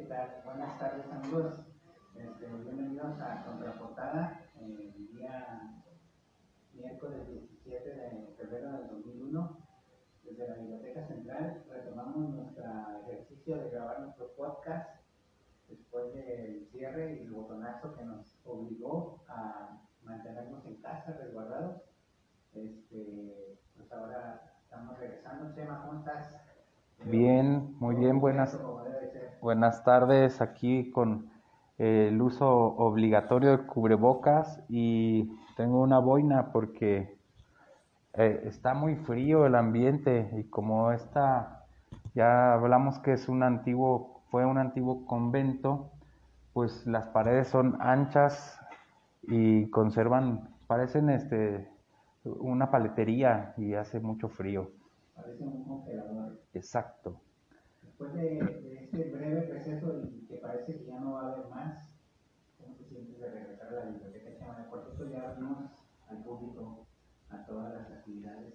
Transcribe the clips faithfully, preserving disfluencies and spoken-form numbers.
tal? Buenas tardes, amigos. Este, bienvenidos a Contraportada, el día miércoles diecisiete de febrero del dos mil uno. Desde la Biblioteca Central retomamos nuestro ejercicio de grabar nuestro podcast después del cierre y el botonazo que nos obligó a mantenernos en casa, resguardados. Este, pues ahora estamos regresando. Chema, ¿cómo estás? Bien, muy bien, buenas, buenas tardes, aquí con el uso obligatorio de cubrebocas y tengo una boina porque eh, está muy frío el ambiente y como esta, ya hablamos que es un antiguo, fue un antiguo convento, pues las paredes son anchas y conservan, parecen este, una paletería y hace mucho frío. Parece un congelador. Exacto. Después de, de este breve receso y que parece que ya no va a haber más, ¿cómo te sientes de regresar a la biblioteca Chema? Por cierto, ya abrimos al público a todas las actividades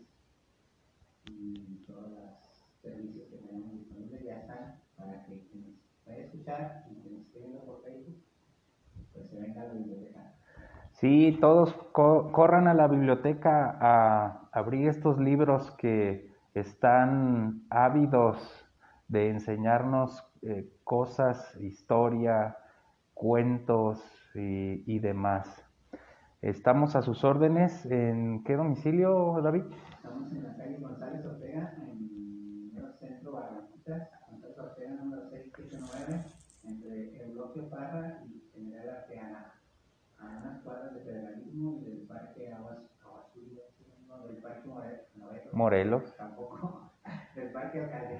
y todos los servicios que tenemos disponibles ya están para que quienes vayan a escuchar y quienes estén viendo por Facebook, pues se vengan a la biblioteca. Sí, todos co- corran a la biblioteca a abrir estos libros que están ávidos de enseñarnos eh, cosas, historia, cuentos y, y demás. Estamos a sus órdenes. ¿En qué domicilio, David? Estamos en la calle González Ortega, en el centro Barranquitas, González Ortega número seiscientos setenta y nueve, entre Eulogio Parra y General Arteaga, a unas cuadras de Federalismo y del Parque Aguas Azul, no, del Parque Morelos, Morelos. Tampoco, del Parque Alcalde.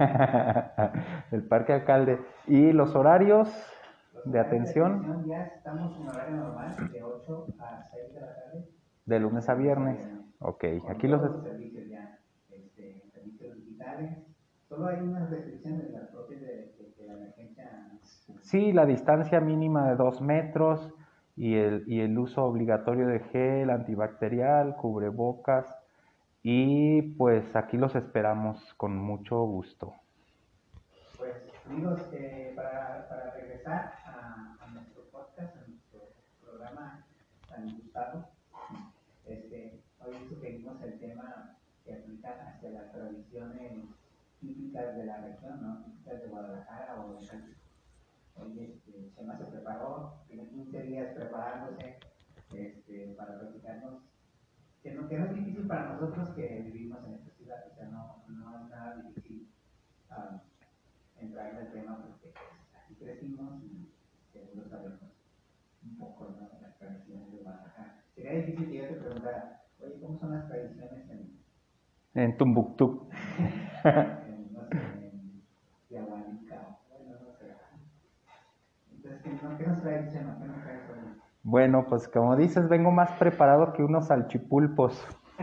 El Parque Alcalde. ¿Y los horarios Los de atención? de atención ya estamos en horario normal, de ocho a seis de la tarde. De lunes a viernes. Ok, Con aquí todos los... los servicios ya, este, servicios digitales. Solo hay unas restricciones, las propias de, de, de la emergencia. Sí, la distancia mínima de dos metros y el, y el uso obligatorio de gel antibacterial, cubrebocas y pues aquí los esperamos con mucho gusto. Pues amigos, eh, para, para regresar a, a nuestro podcast, a nuestro programa tan gustado, este, hoy sugerimos el tema que aplica hacia las tradiciones típicas de la región, ¿no? Típicas de Guadalajara o de Jalisco. Hoy este, Chema se preparó, tiene quince días preparándose este, para platicarnos, que no, que no es difícil para nosotros que vivimos en esta ciudad, o sea, no, no es nada difícil um, entrar en el tema porque pues, así crecimos y seguro sabemos un poco, ¿no?, de las tradiciones de Guadalajara. Sería difícil que yo te preguntara, oye, ¿cómo son las tradiciones en... En Tumbuctú. en, no sé, en Yahualica, bueno, no sé. Entonces, ¿qué, no, ¿qué nos trae Chema? ¿Qué nos trae hoy? Bueno, pues como dices, vengo más preparado que unos salchipulpos.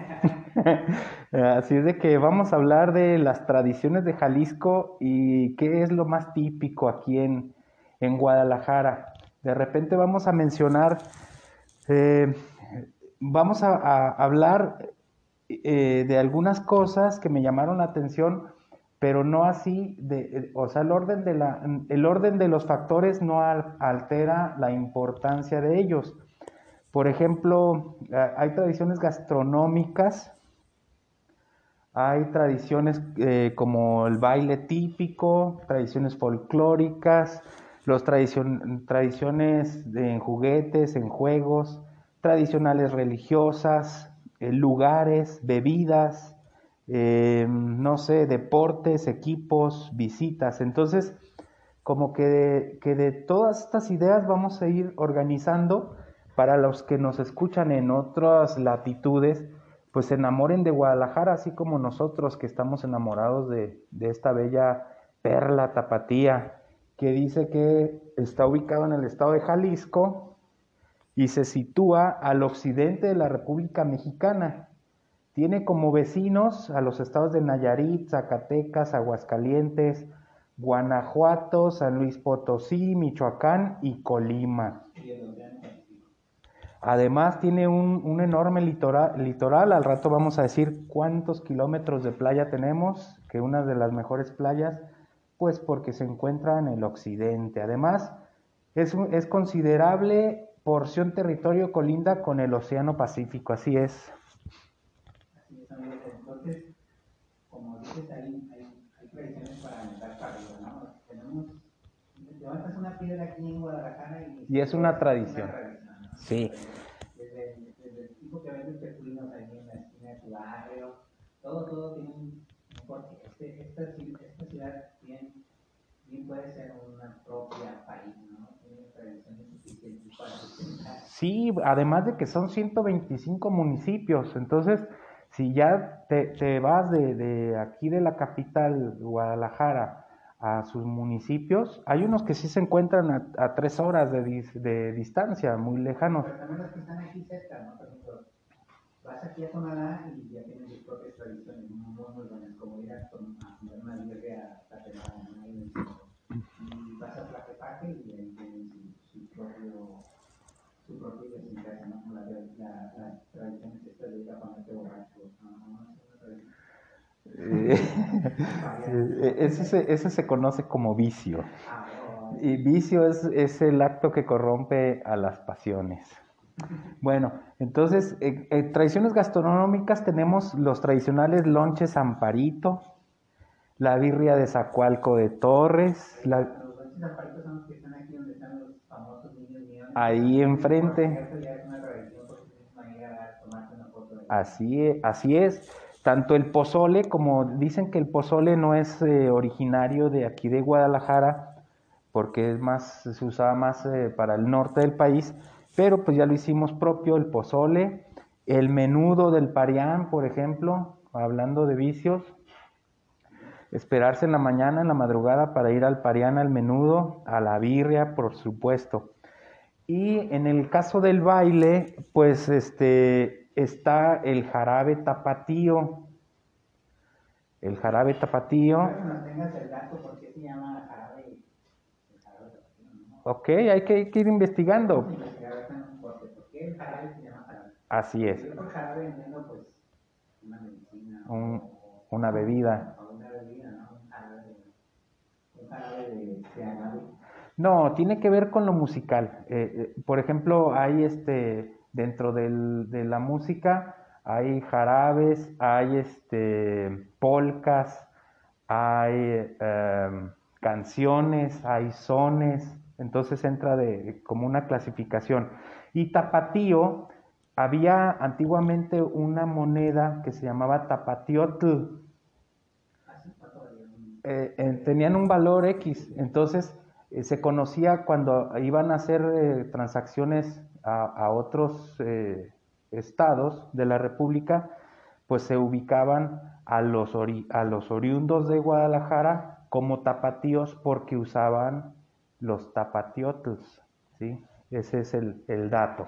Así es de que vamos a hablar de las tradiciones de Jalisco y qué es lo más típico aquí en, en Guadalajara. De repente vamos a mencionar, eh, vamos a, a hablar eh, de algunas cosas que me llamaron la atención, pero no así, de, o sea, el orden de, la, el orden de los factores no al, altera la importancia de ellos. Por ejemplo, hay tradiciones gastronómicas, hay tradiciones eh, como el baile típico, tradiciones folclóricas, los tradicion, tradiciones de, en juguetes, en juegos, tradicionales religiosas, eh, lugares, bebidas, eh, no sé, deportes, equipos, visitas. Entonces, como que de, que de todas estas ideas vamos a ir organizando para los que nos escuchan en otras latitudes, pues se enamoren de Guadalajara, así como nosotros que estamos enamorados de, de esta bella perla tapatía, que dice que está ubicado en el estado de Jalisco y se sitúa al occidente de la República Mexicana. Tiene como vecinos a los estados de Nayarit, Zacatecas, Aguascalientes, Guanajuato, San Luis Potosí, Michoacán y Colima. Además tiene un, un enorme litoral, litoral, al rato vamos a decir cuántos kilómetros de playa tenemos, que una de las mejores playas Pues porque se encuentra en el occidente. Además, es, un- es considerable porción territorio colinda con el Océano Pacífico, así es. Así es, amigos. Entonces, como dices, hay, hay, hay tradiciones para aventar para arriba, ¿no? Tenemos, levantas una piedra aquí en Guadalajara y Y es esto una es tradición. una tradición, ¿no? Sí. Desde, desde, desde el tipo que vende tejuinos ahí en la esquina de tu barrio, todo, todo tiene un, un porqué. Este, esta, ci- esta ciudad bien, bien puede ser una propia país, ¿no? Tiene tradiciones suficientes para sustentar. Sí, además de que son ciento veinticinco municipios, entonces si ya te, te vas de, de aquí de la capital, Guadalajara, a sus municipios, hay unos que sí se encuentran a, a tres horas de, dis- de distancia, muy lejanos. Pero también los que están aquí cerca, ¿no? Por ejemplo, vas aquí a Tonalá y ya tienen sus propias tradiciones muy, muy buenas, como ir a, tom- a comer una birria a Tatemara, ¿no? Ahí en el centro. Y vas a Tlaquepaque y ahí tienen su, su propio, su propia idiosincrasia, ¿no? Como la, la, las tradiciones estas de ir a ponerte borracho, ¿no? No, no, es una tradición. Eh, Varias. ese, se, ese se conoce como vicio. Ah, oh, Y vicio es, es el acto que corrompe a las pasiones. Bueno, entonces, eh, eh, tradiciones gastronómicas tenemos los tradicionales lonches Amparito, la birria de Zacualco de Torres, eh, la, los lonches aparitos son los que están aquí donde están los famosos niños miones. ahí Y por enfrente. cierto, ya es una tradición porque tienes manera de tomarte una foto de ahí. Así, e- así es. Tanto el pozole, como dicen que el pozole no es eh, originario de aquí de Guadalajara, porque es más, se usaba más eh, para el norte del país, pero pues ya lo hicimos propio, el pozole, el menudo del Parián, por ejemplo, hablando de vicios, esperarse en la mañana, en la madrugada para ir al Parián, al menudo, a la birria, por supuesto. Y en el caso del baile, pues este está el jarabe tapatío. El jarabe tapatío. Espero que nos tengas el dato por qué se llama jarabe, el jarabe tapatío, ¿no? Ok, hay que, hay que ir Vamos a investigando. investigar ahorita en un corte, ¿por qué el jarabe se llama jarabe? Así Porque es, yo por jarabe entiendo pues una medicina un- o, o, una bebida. o una bebida, ¿no? Un jarabe de, un jarabe de, de agave. No, tiene que ver con lo musical. Eh, eh, por ejemplo, hay este, dentro del- de la música, hay jarabes, hay este, polcas, hay em, canciones, hay sones, entonces entra de, como una clasificación. Y tapatío, había antiguamente una moneda que se llamaba tapatiotl, Así está todavía. eh, eh, tenían un valor X, entonces eh, se conocía cuando iban a hacer eh, transacciones a, a otros eh, estados de la República, pues se ubicaban a los, ori a los oriundos de Guadalajara como tapatíos porque usaban los tapatiotls, ¿sí? Ese es el, el dato.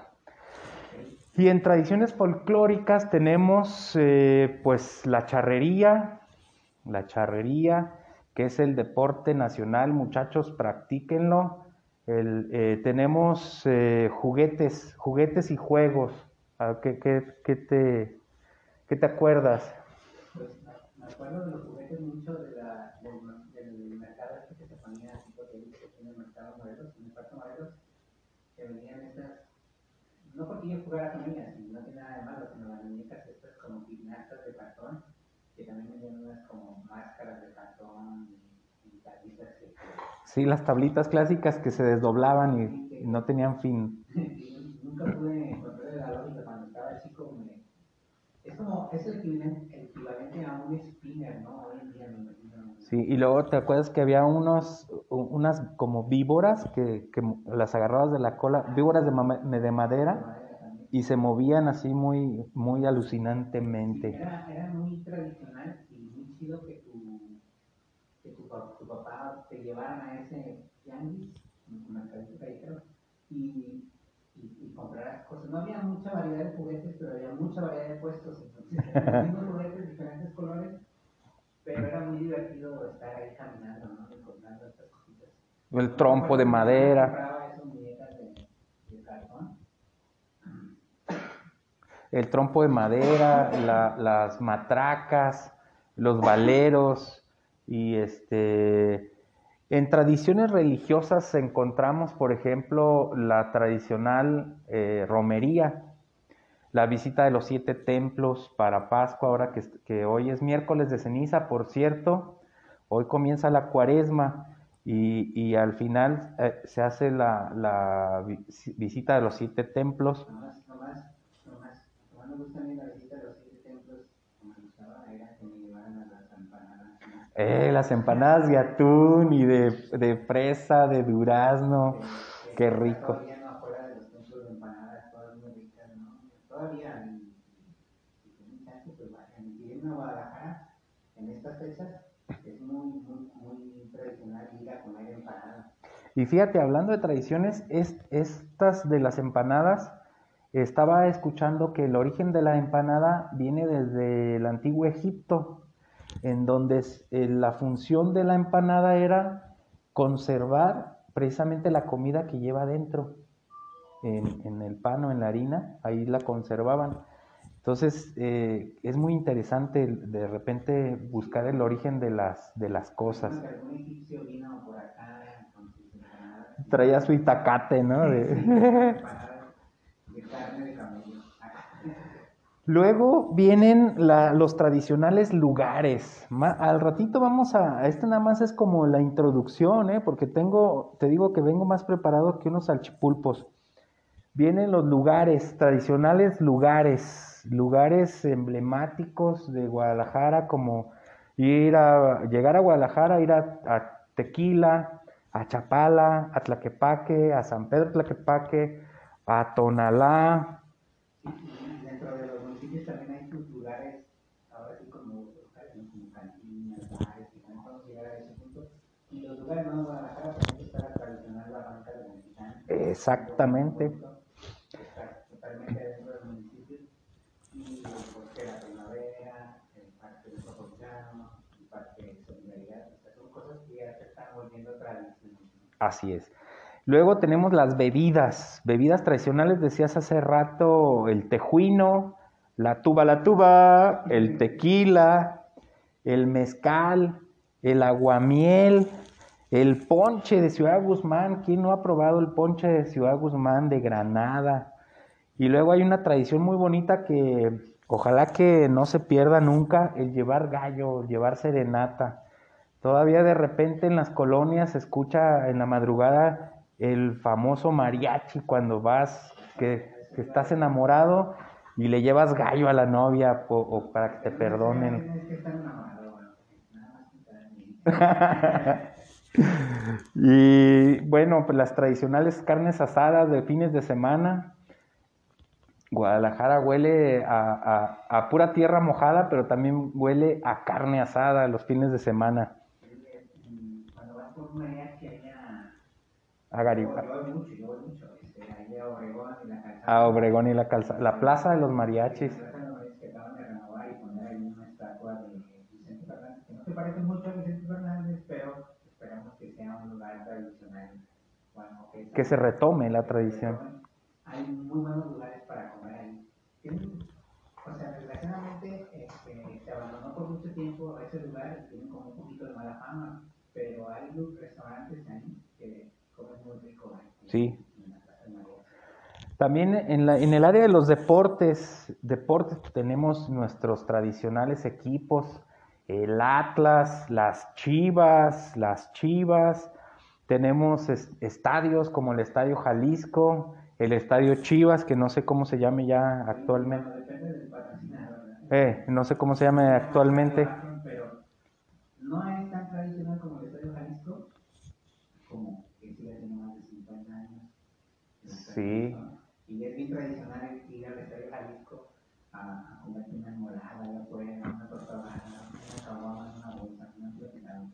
Y en tradiciones folclóricas tenemos eh, pues la charrería, la charrería, que es el deporte nacional, muchachos, practíquenlo. El, eh, tenemos eh, juguetes, juguetes y juegos. Ah, ¿Qué, qué, qué te, qué te acuerdas? Pues me, me acuerdo de los juguetes mucho de la, del, del mercado este que se ponía tipo de que tiene el mercado Morelos, en el Parque Morelos, que venían estas, no porque yo jugara con ellas, y no tiene nada de malo, sino las muñecas estas como piñatas de cartón, que también vendían unas como máscaras de cartón y, y tablitas que, Sí, las tablitas clásicas que se desdoblaban que, y que, no tenían fin. que nunca pude encontrar la lógica cuando estaba chico. Me, es como, es el equivalente, el equivalente a un spinner, ¿no? Hoy en día me imagino. Sí, y luego te acuerdas que había unos, unas como víboras que, que las agarrabas de la cola, víboras de, ma de madera, y se movían así muy, muy alucinantemente. Sí, era, era muy tradicional y muy chido que tu, que tu, tu papá te llevaran a ese tianguis, un mercadito callejero, y, y, y compraras cosas. No había mucha variedad de juguetes, pero había mucha variedad de puestos. Entonces, eran los mismos juguetes, diferentes colores, pero era muy divertido estar ahí caminando, ¿no? Encontrando estas cositas. El Yo me trompo de acuerdo que mi hermana madera. compraba esas muñecas de, de cartón. El trompo de madera, la, las matracas, los valeros y este En tradiciones religiosas encontramos, por ejemplo, la tradicional eh, romería, la visita de los siete templos para Pascua, ahora que, que hoy es miércoles de ceniza, por cierto, hoy comienza la cuaresma y, y al final eh, se hace la, la vi- visita de los siete templos. Nomás, nomás, nomás, nomás me gusta a mí la visita de los siete templos, como me gustaba era que me llevaran a las empanadas, ¿no? Eh, las empanadas de atún y de, de fresa, de durazno, Que, que qué están rico. todavía no afuera de los templos de empanadas, todas muy ricas, ¿no? Todavía, y, si tienen chance, pues vayan. Y en Guadalajara, en estas fechas, es muy, muy, muy tradicional ir a comer empanadas. Y fíjate, hablando de tradiciones, es, estas de las empanadas, estaba escuchando que el origen de la empanada viene desde el antiguo Egipto, en donde es- eh, la función de la empanada era conservar precisamente la comida que lleva dentro, en, en el pan o en la harina, ahí la conservaban. Entonces, eh, es muy interesante de repente buscar el origen de las, de las cosas. Imagino que algún egipcio vino por acá con sus empanadas. Traía su itacate, ¿no? Sí, De- empanadas de carne de camello. Luego vienen la- los tradicionales lugares. Ma- al ratito vamos a, este nada más es como la introducción, ¿eh? Porque tengo, te digo que vengo más preparado que unos salchipulpos. Vienen los lugares, tradicionales lugares, lugares emblemáticos de Guadalajara, como ir a, llegar a Guadalajara, ir a, a Tequila, a Chapala, a Tlaquepaque, a San Pedro Tlaquepaque, a Tonalá. Sí, y dentro de los municipios también hay sus lugares, ahora sí como locales, ¿no? Como cantinas, bares, y también podemos llegar a ese punto. Y los lugares no de Guadalajara, por ejemplo, está la tradicional la banca de Mexicán, que es un lugar muy Exactamente. bonito, que está totalmente dentro del municipio. Y el Bosque de la Primavera, el Parque del Metropolitano, el Parque de Solidaridad, o sea, son cosas que ya se están volviendo tradiciones, ¿no? Así es. Luego tenemos las bebidas, bebidas tradicionales, decías hace rato, el tejuino, la tuba la tuba, el tequila, el mezcal, el aguamiel, el ponche de Ciudad Guzmán. ¿Quién no ha probado el ponche de Ciudad Guzmán de Granada? Y luego hay una tradición muy bonita que ojalá que no se pierda nunca, el llevar gallo, el llevar serenata. Todavía de repente en las colonias se escucha en la madrugada el famoso mariachi cuando vas, que, que estás enamorado y le llevas gallo a la novia o, o para que te Pero no necesariamente perdonen. tienes que estar enamorado, bueno, nada más que estar bien. Y bueno, pues las tradicionales carnes asadas de fines de semana. Guadalajara huele a, a, a pura tierra mojada, pero también huele a carne asada los fines de semana. Sí, es, mm, cuando vas por un mariachi allá, A, yo, Gariba, yo voy mucho, yo voy mucho, este, ahí a Obregón y la a calzada, Obregón y la calza, la plaza de los y la mariachis. plaza de los mariachis que acaban de renovar y poner ahí una estatua de Vicente Fernández, que no se parece mucho a Vicente Fernández, pero esperamos que sea un lugar tradicional, bueno, que Que se esa, retome la que se tradición. retomen. Hay muy buenos lugares para comer ahí. Tienen, o sea, desgraciadamente este, se abandonó por mucho tiempo ese lugar y tienen como un poquito de mala fama, pero hay restaurantes ahí que comen muy rico ahí, Sí. en la Plaza de María. También en, la, en el área de los deportes, deportes pues, tenemos nuestros tradicionales equipos, el Atlas, las Chivas, las Chivas, tenemos es, estadios como el Estadio Jalisco, el Estadio Chivas, que no sé cómo se llame ya actualmente, Bueno, depende del patrocinador, ¿verdad? eh, no sé cómo se llame Se llama Estadio actualmente, Akron, pero no es tan tradicional como el Estadio Jalisco, como que sí ya tiene más de cincuenta años el Estadio sí, Jalisco, ¿no? Y es bien tradicional ir al Estadio Jalisco a, a comer una enmolada allá afuera, una torta baja, una caguama, una bolsa, una platicada,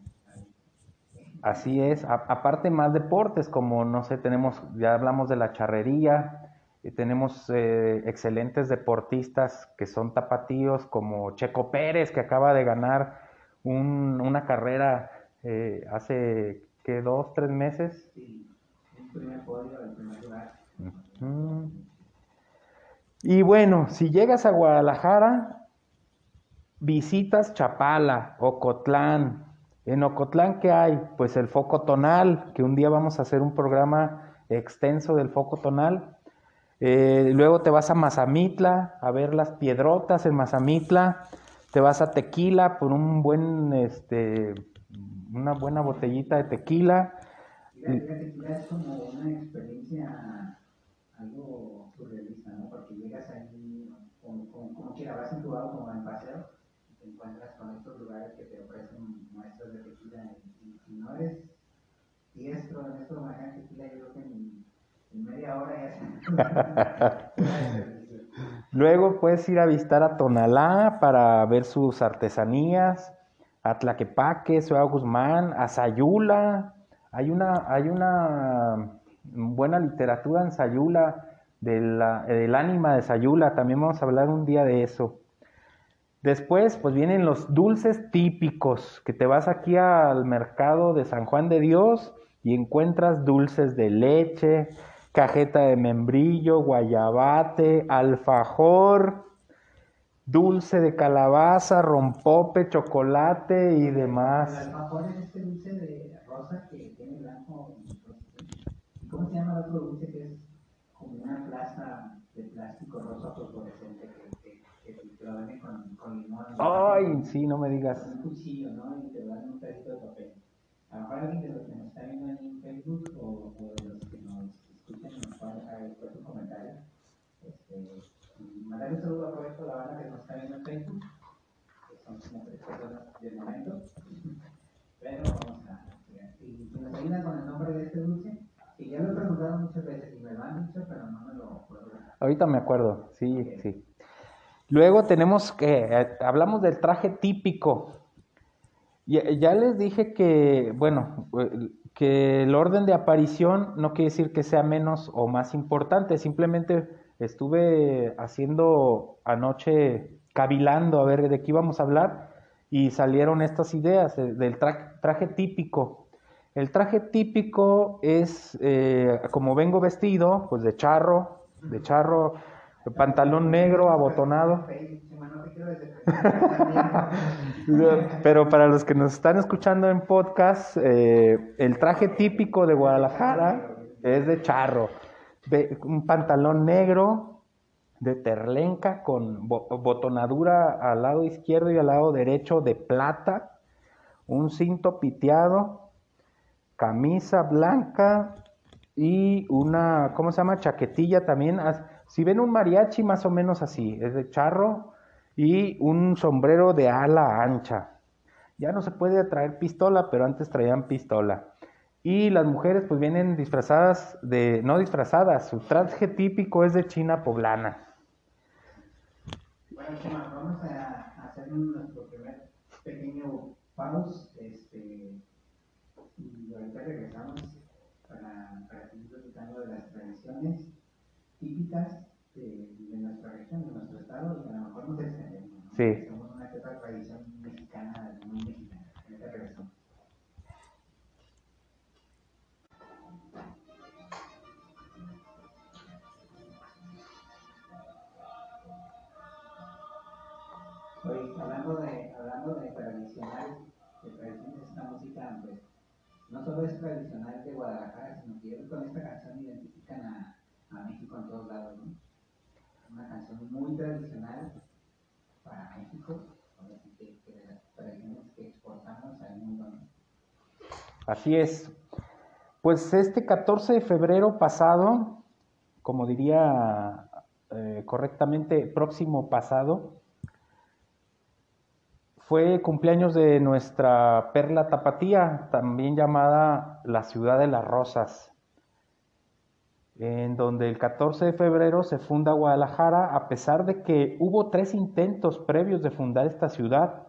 así es. A, aparte más deportes, como no sé, tenemos, ya hablamos de la charrería, eh, tenemos eh, excelentes deportistas que son tapatíos, como Checo Pérez, que acaba de ganar un, una carrera eh, hace, ¿qué? Dos, tres meses. Sí, un primer podio, el primer lugar. Mm. Y bueno, si llegas a Guadalajara, visitas Chapala, Ocotlán, En Ocotlán, ¿qué hay? Pues el foco tonal, que un día vamos a hacer un programa extenso del foco tonal. Eh, luego te vas a Mazamitla a ver las piedrotas en Mazamitla. Te vas a Tequila por un buen, este, una buena botellita de tequila. La, la tequila es como una experiencia algo surrealista, ¿no? Porque llegas ahí, como, como, como quiera, vas en tu auto como en paseo, y te encuentras con estos lugares que te ofrecen muestras de tequila. Y si no eres diestro en esto de manejar tequila, yo creo que en, en media hora ya se Luego puedes ir a visitar a Tonalá para ver sus artesanías, a Tlaquepaque, Ciudad Guzmán, a Sayula. Hay una, hay una buena literatura en Sayula, de la, del ánima de Sayula. También vamos a hablar un día de eso. Después, pues vienen los dulces típicos, que te vas aquí al mercado de San Juan de Dios y encuentras dulces de leche, cajeta de membrillo, guayabate, alfajor, dulce de calabaza, rompope, chocolate y El demás. alfajor es este dulce de rosa que tiene blanco y rosa. ¿Y cómo se llama el otro dulce que es como una plaza de plástico rosa fosforescente que, que, que te lo venden con, con limón? Ay, sí, no me digas. Con un cuchillo, ¿no? Y te dan un pedacito de papel. A lo mejor alguien de los que nos está viendo en Facebook o, o de los que nos escuchan nos pueden dejar después un comentario. Este, y mandar un saludo a Roberto La Habana que nos está viendo en Facebook, que son como tres personas del momento. Pero vamos a ver. Si, si nos ayudan con el nombre de este dulce, que ya lo he preguntado muchas veces y me lo han dicho, pero no me lo puedo. Ahorita me acuerdo, sí, Okay. sí. Luego tenemos que, eh, hablamos del traje típico. Ya, ya les dije que, bueno, que el orden de aparición no quiere decir que sea menos o más importante, simplemente estuve haciendo anoche, cavilando a ver de qué íbamos a hablar y salieron estas ideas de, del tra traje típico. El traje típico es, eh, como vengo vestido, pues de charro, de charro, pantalón negro, abotonado. Pero para los que nos están escuchando en podcast, eh, el traje típico de Guadalajara es de charro. De, un pantalón negro de terlenca con bo botonadura al lado izquierdo y al lado derecho de plata, un cinto piteado, camisa blanca y una, ¿cómo se llama? Chaquetilla también. Si ven un mariachi, más o menos así, es de charro y un sombrero de ala ancha. Ya no se puede traer pistola, pero antes traían pistola. Y las mujeres pues vienen disfrazadas de, no disfrazadas, su traje típico es de china poblana. Bueno, Chema, vamos a hacer nuestro primer pequeño pause, este, y ahorita regresamos para, para seguir platicando de las tradiciones típicas de, de nuestra región, de nuestro estado, y a lo mejor nos extendemos, ¿no? Sí. Somos una que otra tradición mexicana, muy mexicana. Ahorita regresamos. Hoy, hablando de, hablando de tradicional, de tradiciones, esta música, pues, no solo es tradicional de Guadalajara, sino que con esta canción identifican a, a México en todos lados, ¿no? Una canción muy tradicional para México, así que, que de las tradiciones que exportamos al mundo, ¿no? Así es. Pues este catorce de febrero pasado, como diría eh, correctamente, próximo pasado, fue cumpleaños de nuestra perla tapatía, también llamada la ciudad de las rosas, en donde el catorce de febrero se funda Guadalajara, a pesar de que hubo tres intentos previos de fundar esta ciudad.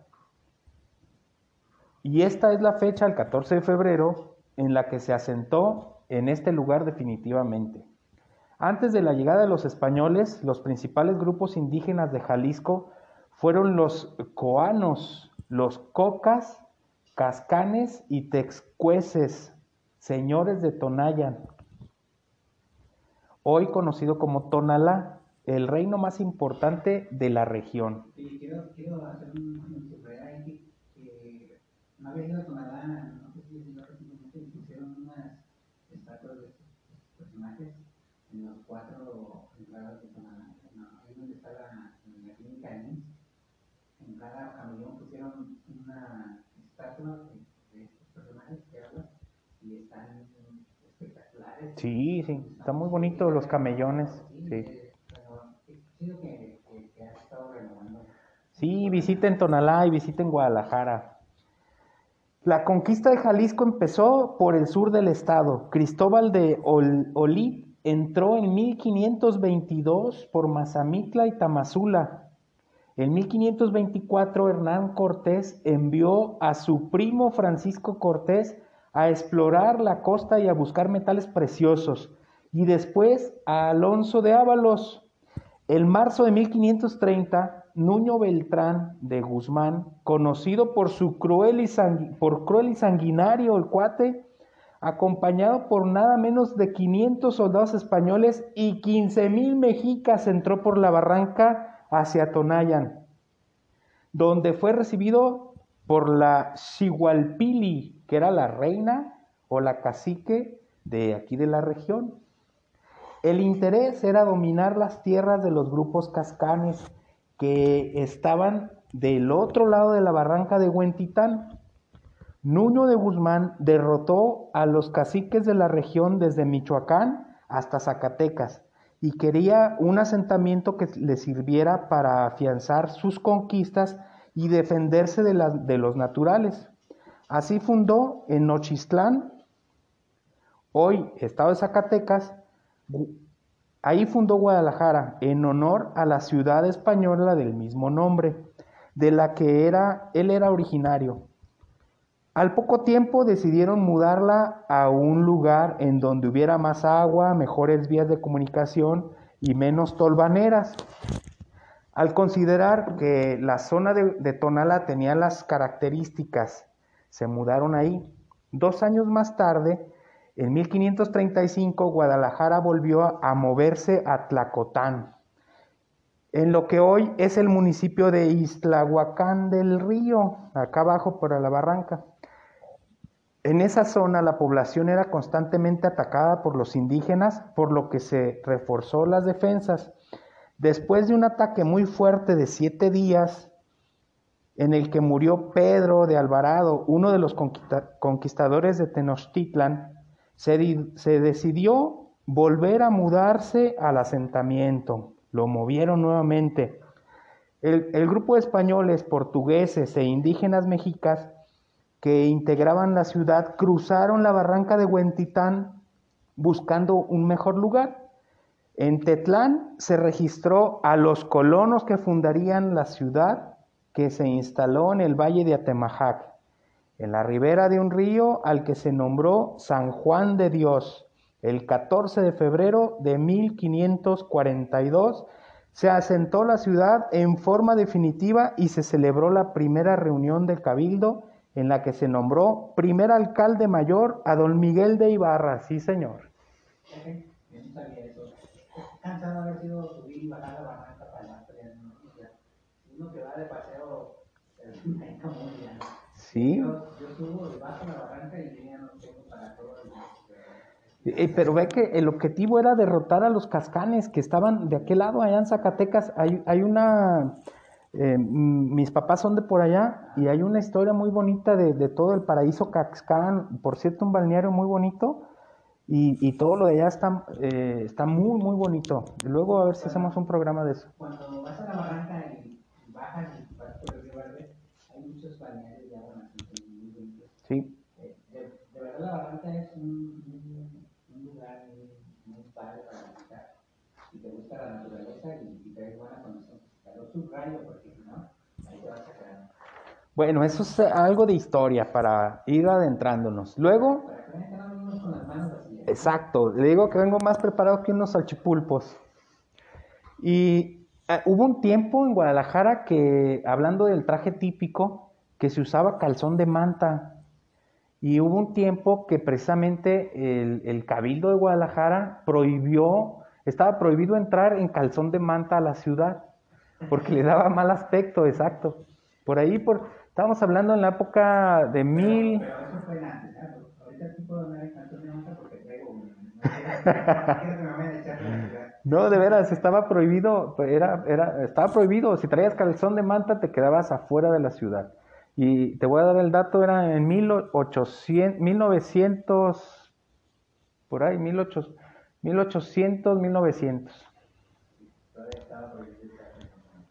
Y esta es la fecha, el catorce de febrero, en la que se asentó en este lugar definitivamente. Antes de la llegada de los españoles, los principales grupos indígenas de Jalisco fueron los coanos, los cocas, cascanes y texcueces, señores de Tonayan, hoy conocido como Tonalá, el reino más importante de la región. Sí, quiero, quiero hacer un subrayar ahí que, que no había ido a Tonalá, no sé si no recientemente pusieron unas estatuas de estos personajes en los cuatro entradas de Tonalá. No, ahí donde está la, en la clínica de I M S S, en cada camellón pusieron una estatua de, de estos personajes que hablan y están espectaculares. Sí, sí, están muy bonitos los camellones. Sí, Siento que, que, que has estado renovando. sí, visiten Tonalá y visiten Guadalajara. La conquista de Jalisco empezó por el sur del estado. Cristóbal de Ol- Olid entró en mil quinientos veintidós por Mazamitla y Tamazula. En mil quinientos veinticuatro Hernán Cortés envió a su primo Francisco Cortés a explorar la costa y a buscar metales preciosos. Y después a Alonso de Ábalos. En marzo de mil quinientos treinta, Nuño Beltrán de Guzmán, conocido por su cruel y, sangui- por cruel y sanguinario el cuate, acompañado por nada menos de quinientos soldados españoles y quince mil mexicas, entró por la barranca hacia Tonayan, donde fue recibido por la Xihualpili, que era la reina o la cacique de aquí de la región. El interés era dominar las tierras de los grupos cascanes que estaban del otro lado de la barranca de Huentitán. Nuño de Guzmán derrotó a los caciques de la región desde Michoacán hasta Zacatecas y quería un asentamiento que le sirviera para afianzar sus conquistas y defenderse de, la, de los naturales. Así fundó en Nochistlán, hoy estado de Zacatecas. Ahí fundó Guadalajara en honor a la ciudad española del mismo nombre, de la que era, él era originario. Al poco tiempo decidieron mudarla a un lugar en donde hubiera más agua, mejores vías de comunicación y menos tolvaneras. Al considerar que la zona de, de Tonalá tenía las características, se mudaron ahí. Dos años más tarde, en mil quinientos treinta y cinco, Guadalajara volvió a moverse a Tlacotán, en lo que hoy es el municipio de Ixtlahuacán del Río, acá abajo por la barranca. En esa zona la población era constantemente atacada por los indígenas, por lo que se reforzó las defensas. Después de un ataque muy fuerte de siete días, en el que murió Pedro de Alvarado, uno de los conquista- conquistadores de Tenochtitlan, se, di- se decidió volver a mudarse al asentamiento. Lo movieron nuevamente. El, el grupo de españoles, portugueses e indígenas mexicas que integraban la ciudad cruzaron la barranca de Huentitán buscando un mejor lugar. En Tetlán se registró a los colonos que fundarían la ciudad, que se instaló en el valle de Atemajac, en la ribera de un río al que se nombró San Juan de Dios. El catorce de febrero de mil quinientos cuarenta y dos se asentó la ciudad en forma definitiva y se celebró la primera reunión del cabildo en la que se nombró primer alcalde mayor a don Miguel de Ibarra. Sí, señor. Okay. Yo no sabía eso. Es cansado de haber sido subir y bajar la barranca para allá, pero ya no, ya. Uno que va de paseo, me como ya. Sí. Yo, yo subo y bajo la barranca y yo ya no tengo para todo el día. Eh, pero ve que el objetivo era derrotar a los cascanes que estaban de aquel lado, allá en Zacatecas. Hay, hay una... Eh, mis papás son de por allá y hay una historia muy bonita de, de todo el paraíso Caxcán. Por cierto, un balneario muy bonito y, y todo lo de allá está, eh, está muy, muy bonito. Y luego a ver si hacemos un programa de eso. Cuando vas a la barranca y bajas y vas por el río Verde, hay muchos balnearios de agua naciente muy bonitos. Sí. Eh, de, de verdad la barranca es un, un, un lugar muy, muy padre para visitar. Si te gusta la naturaleza y, y traes buena condición física. Lo subrayo porque si no, ahí te vas a quedar. Bueno, eso es algo de historia para ir adentrándonos. Luego, Para que vean que no venimos con las manos vacías. exacto, le digo que vengo más preparado que unos salchipulpos. Y eh, hubo un tiempo en Guadalajara que, hablando del traje típico, que se usaba calzón de manta. Y hubo un tiempo que precisamente el, el Cabildo de Guadalajara prohibió, estaba prohibido entrar en calzón de manta a la ciudad, porque le daba mal aspecto, exacto. Por ahí, por, Estamos hablando en la época de mil... Pero, pero eso fue antes, ¿eh? Ahorita sí puedo andar en cantos de manta porque traigo uno. No quiero, no quiero que me vayan a echar de la ciudad. No, de veras, estaba prohibido, era, era, estaba prohibido. Si traías calzón de manta, te quedabas afuera de la ciudad. Y te voy a dar el dato, era en mil ochocientos, mil novecientos, por ahí, mil ochocientos, mil ochocientos, mil novecientos. Todavía estaba prohibido usar eso.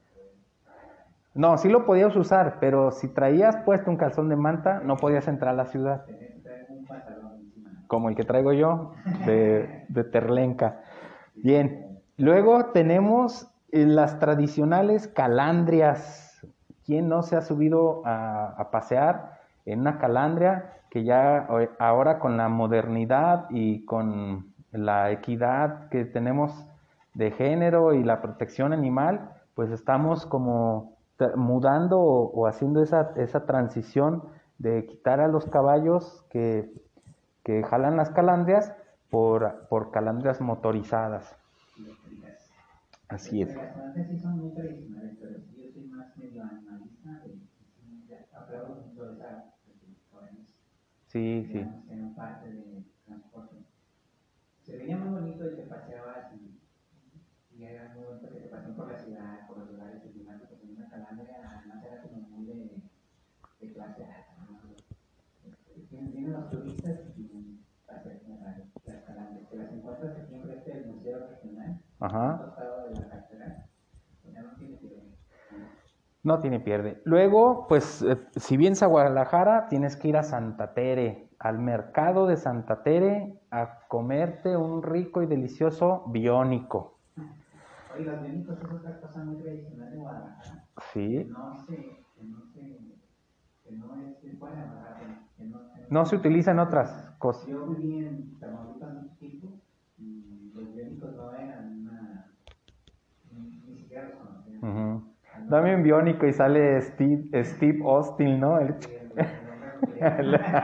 No, sí lo podías usar, pero si traías puesto un calzón de manta, no podías entrar a la ciudad. Tenías que traer un pantalón encima. Como el que traigo yo, de, de Terlenca. Bien, luego tenemos eh, las tradicionales calandrias. ¿Quién no se ha subido a, a pasear en una calandria que ya eh, ahora con la modernidad y con la equidad que tenemos de género y la protección animal, pues estamos como tra- mudando o, o haciendo esa, esa transición de quitar a los caballos que, que jalan las calandrias por, por calandrias motorizadas? Eléctricas. Así es. Las plantas sí son muy tradicionales, pero sí yo soy más medio animalista. De, de, aplaudo mucho esa jóvenes Sí, que ya sí. no sean parte del transporte. Se veía muy bonito y te paseabas y, y era muy bonito que te pasean por la ciudad, por los lugares emblemáticos en una calandria, además era como muy de, de clase alta, ¿no? Vienen, vienen los turistas y pasean las calandrias, que las encuentras aquí enfrente del Museo Regional, a un Ajá. costado de la catedral, ya no tiene que ver. No tiene pierde. Luego, pues, eh, si vienes a Guadalajara, tienes que ir a Santa Tere, al mercado de Santa Tere, a comerte un rico y delicioso biónico. Oye, los biónicos es otra cosa muy tradicional de Guadalajara, que Sí. no se, que no se, que no es de fuera de Guadalajara, que no, que No no se se, utiliza en no se otras utilizan. cosas. Yo viví en Tamaulipas mucho tiempo y los biónicos no eran una, ni, ni siquiera los conocían. Ujú. Al no Dame un ser, biónico y sale Steve, Steve Austin, ¿no? El- sí, el, el hombre nuclear.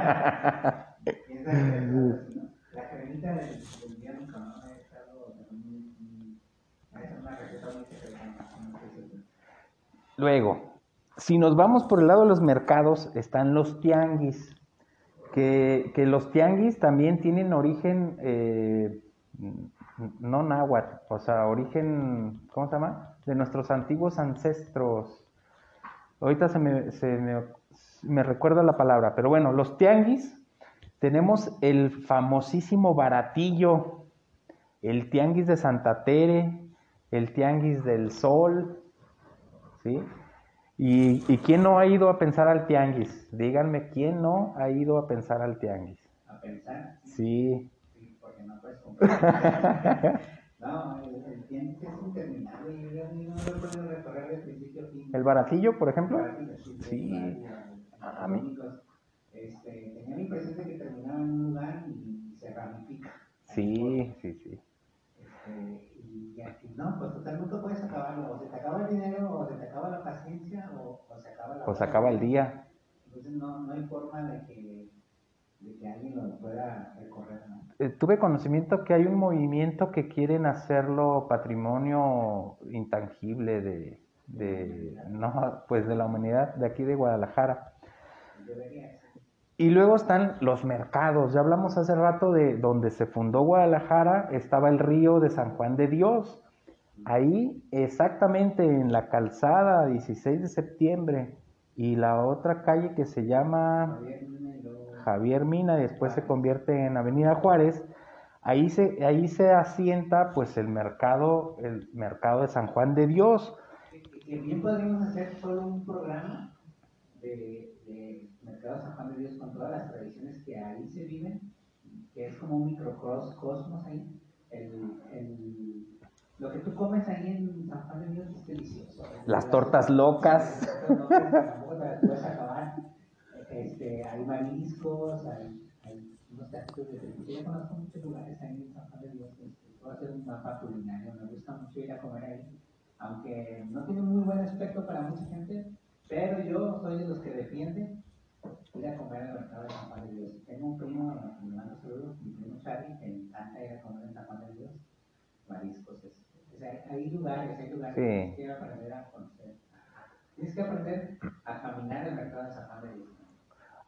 Quién sabe qué es algo así, ¿no? La cremita del, del biónico, ¿no? Es algo muy, muy, es una receta muy secreta, no sé si Luego, si nos vamos por el lado de los mercados, están los tianguis, que, que los tianguis también tienen origen, eh, no náhuatl, o sea, origen, ¿cómo se llama? De nuestros antiguos ancestros. Ahorita se me, se me, me recuerda la palabra, pero bueno, los tianguis, tenemos el famosísimo Baratillo, el tianguis de Santa Tere, el tianguis del Sol, ¿sí? ¿Y, ¿Y quién no ha ido a pensar al tianguis? Díganme, ¿quién no ha ido a pensar al tianguis? a pensar, sí, Sí. sí, porque no puedes comprar. No, el, el tianguis es interminable y yo ya ni no lo he podido recorrer de principio a fin. ¿El Baratillo, por El ejemplo? baratillo, sí, de Sí. Garibaldi, a A los mí. únicos. Este, tenía la impresión de que terminaba en un lugar y, y se ramifica ahí por, Sí, sí, sí. este, y, y no, pues total nunca puedes acabarlo, o se te acaba el dinero, o se te acaba la paciencia, o, o se acaba la Pues hora acaba del el día. día. Entonces no, no hay forma de que, de que alguien lo pueda recorrer, ¿no? Eh, tuve conocimiento que hay un movimiento que quieren hacerlo patrimonio intangible de, De la de, humanidad. no, pues de la humanidad de aquí de Guadalajara. Debería ser. Y luego están los mercados. Ya hablamos hace rato de donde se fundó Guadalajara, estaba el río de San Juan de Dios. Ahí, exactamente en la calzada dieciséis de septiembre y la otra calle que se llama Javier Mina y luego Javier Mina y después se Juárez. convierte en Avenida Juárez, ahí se, ahí se asienta pues el mercado, el mercado de San Juan de Dios. Que, que- que bien podríamos hacer solo un programa de, de Mercado San Juan de Dios con todas las tradiciones que ahí se viven, que es como un microcosmos ahí. El, el, lo que tú comes ahí en San Juan de Dios es delicioso. Las Las, tortas sí, las locas. tortas locas que tampoco te las puedes acabar. Este, hay mariscos, hay, hay unos taquitos de ceviche. Yo conozco muchos lugares ahí en San Juan de Dios. Este, puedo hacer un mapa culinario, me gusta mucho ir a comer ahí, aunque no tiene muy buen aspecto para mucha gente, pero yo soy de los que defienden ir a comer al mercado de San Juan de Dios. Tengo un primo, me mando saludos, mi primo Charlie, que le encanta ir a comer en San Juan de Dios, mariscos. Es, o sea, hay lugares, hay lugares que tienes Sí. que aprender a conocer. Tienes que aprender a caminar el mercado de San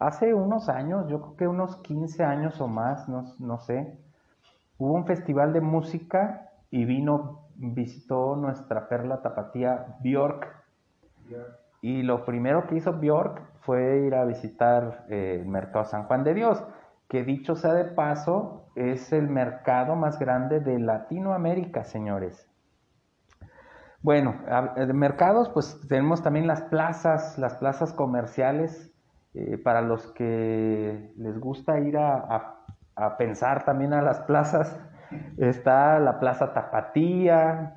hace unos años, yo creo que unos quince años o más, no, no sé, hubo un festival de música y vino, visitó nuestra perla tapatía Björk. Björk. Y lo primero que hizo Björk fue ir a visitar eh, el mercado San Juan de Dios, que dicho sea de paso, es el mercado más grande de Latinoamérica, señores. Bueno, de mercados, pues tenemos también las plazas, las plazas comerciales, eh, para los que les gusta ir a, a, a pensar también a las plazas. Está la Plaza Tapatía,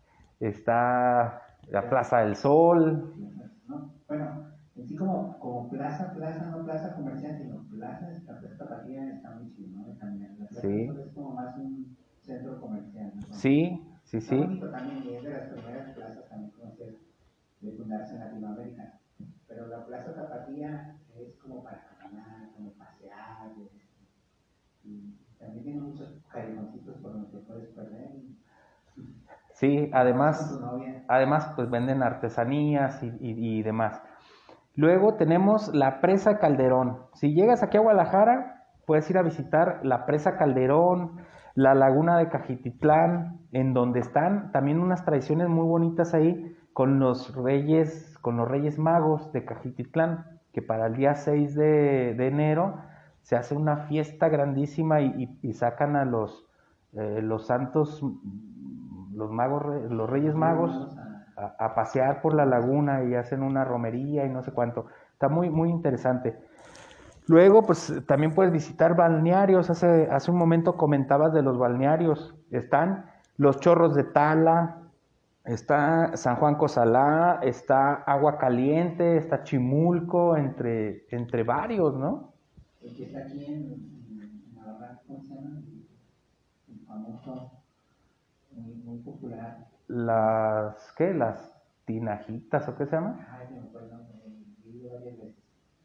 está la Plaza del Sol. ¿No? Bueno, en sí como, como plaza, plaza, no plaza comercial, sino plaza, la Plaza Tapatía está muy chido, ¿no? También, la Plaza del Sí, Sol es como más un centro comercial, ¿no? sí, sí, Está sí. bonito también y es de las primeras plazas también conocidas de fundarse en Latinoamérica. Pero la Plaza Tapatía es como para caminar, como pasear, y, y también tiene muchos callejoncitos por donde te puedes perder. Y, Sí, y vas con además, tu novia. además pues venden artesanías y, y, y demás. Luego tenemos la Presa Calderón. Si llegas aquí a Guadalajara, puedes ir a visitar la Presa Calderón, la Laguna de Cajititlán, en donde están también unas tradiciones muy bonitas ahí con los reyes, con los reyes magos de Cajititlán, que para el día seis de, de enero se hace una fiesta grandísima y, y, y sacan a los, eh, los santos, los magos, los reyes magos a, a pasear por la laguna y hacen una romería y no sé cuánto. Está muy, muy interesante. Luego, pues también puedes visitar balnearios. Hace, hace un momento comentabas de los balnearios. Están los Chorros de Tala, está San Juan Cozalá, está Agua Caliente, está Chimulco, entre, entre varios, ¿no? El que está aquí en, en, en Navarra, ¿cómo se llama? El famoso, muy, muy popular. Las, ¿qué? Las tinajitas, ¿o qué se llama? Ay, se me fue el nombre, he ido varias veces.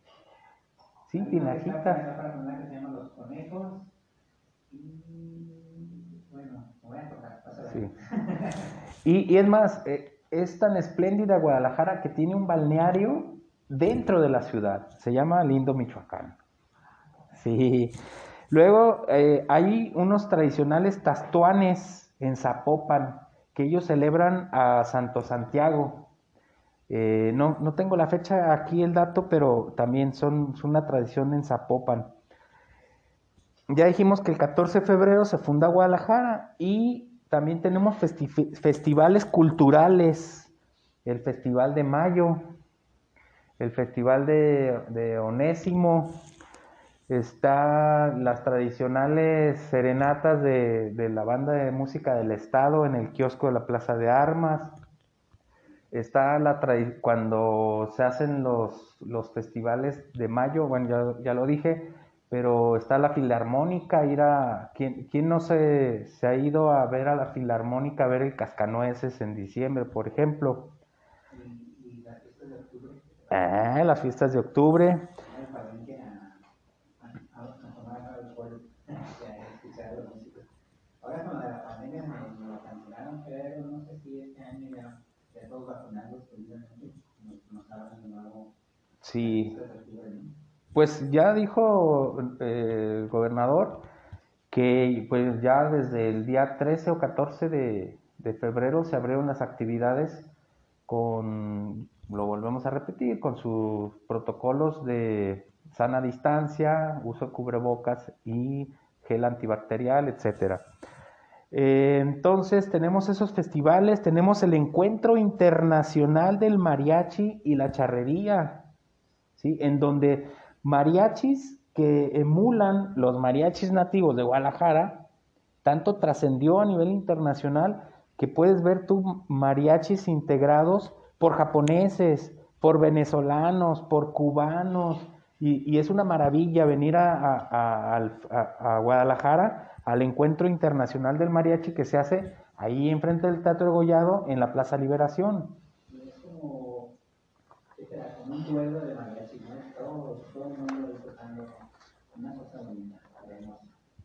Sí, Hay uno que está por tinajitas. acá para Tonalá que se llama Los Conejos. Y bueno, me voy a tocar, vas a ver. Sí. Y, y es más, eh, es tan espléndida Guadalajara que tiene un balneario dentro de la ciudad. Se llama Lindo Michoacán. Sí. Luego eh, hay unos tradicionales tastuanes en Zapopan que ellos celebran a Santo Santiago. Eh, no, no tengo la fecha aquí el dato, pero también son, son una tradición en Zapopan. Ya dijimos que el catorce de febrero se funda Guadalajara y también tenemos festi- festivales culturales. El Festival de Mayo, el Festival de, de Onésimo, está las tradicionales serenatas de, de la banda de música del estado en el kiosco de la Plaza de Armas. Está la tradi- cuando se hacen los, los festivales de mayo, bueno, ya, ya lo dije, pero está la filarmónica, ir a, ¿quién, quién no se, se ha ido a ver a la filarmónica, a ver el Cascanueces en diciembre, por ejemplo? Y, y las fiestas de octubre, que se parecen Ah, las fiestas de octubre. al palenque a, a, a, a tomar alcohol y a escuchar a los músicos. Ahora con lo de la pandemia me, me lo cancelaron, pero no sé si este año ya, ya todos vacunados, precisamente, nos, nos abran de nuevo las Sí, fiestas de octubre, ¿no? pues ya dijo eh, el gobernador que pues ya desde el día trece o catorce de, de febrero se abrieron las actividades con, lo volvemos a repetir, con sus protocolos de sana distancia, uso de cubrebocas y gel antibacterial, etcétera. Eh, entonces tenemos esos festivales, tenemos el Encuentro Internacional del Mariachi y la Charrería, ¿sí? En donde mariachis que emulan los mariachis nativos de Guadalajara, tanto trascendió a nivel internacional que puedes ver tú mariachis integrados por japoneses, por venezolanos, por cubanos, y, y es una maravilla venir a, a, a, a, Guadalajara al Encuentro Internacional del Mariachi que se hace ahí enfrente del Teatro Gollado en la Plaza Liberación. Y es como, ¿qué será? Como un duelo de mariachi, ¿no? Todo, todo el mundo ahí tocando una cosa bonita, hermosa.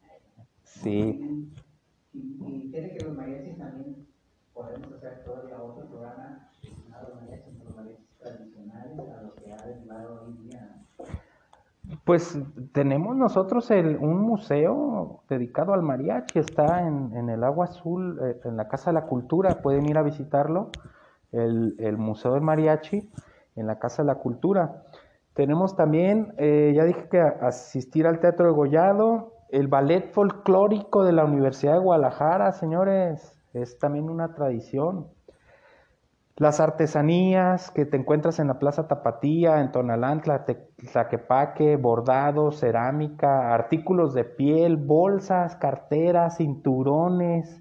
Sí. Y, y, y tiene que los mariachis también podemos hacer todavía otro programa destinado a los mariachis, los mariachis tradicionales, a los que ha derivado hoy en día. Pues tenemos nosotros el, un museo dedicado al mariachi, está en, en el Agua Azul, eh, en la Casa de la Cultura, pueden ir a visitarlo, el, el Museo del Mariachi, en la Casa de la Cultura. Tenemos también, eh, ya dije que asistir al Teatro de Gollado, el Ballet Folclórico de la Universidad de Guadalajara, señores, es también una tradición. Las artesanías que te encuentras en la Plaza Tapatía, en Tonalá, Tlate- Tlaquepaque, bordados, cerámica, artículos de piel, bolsas, carteras, cinturones,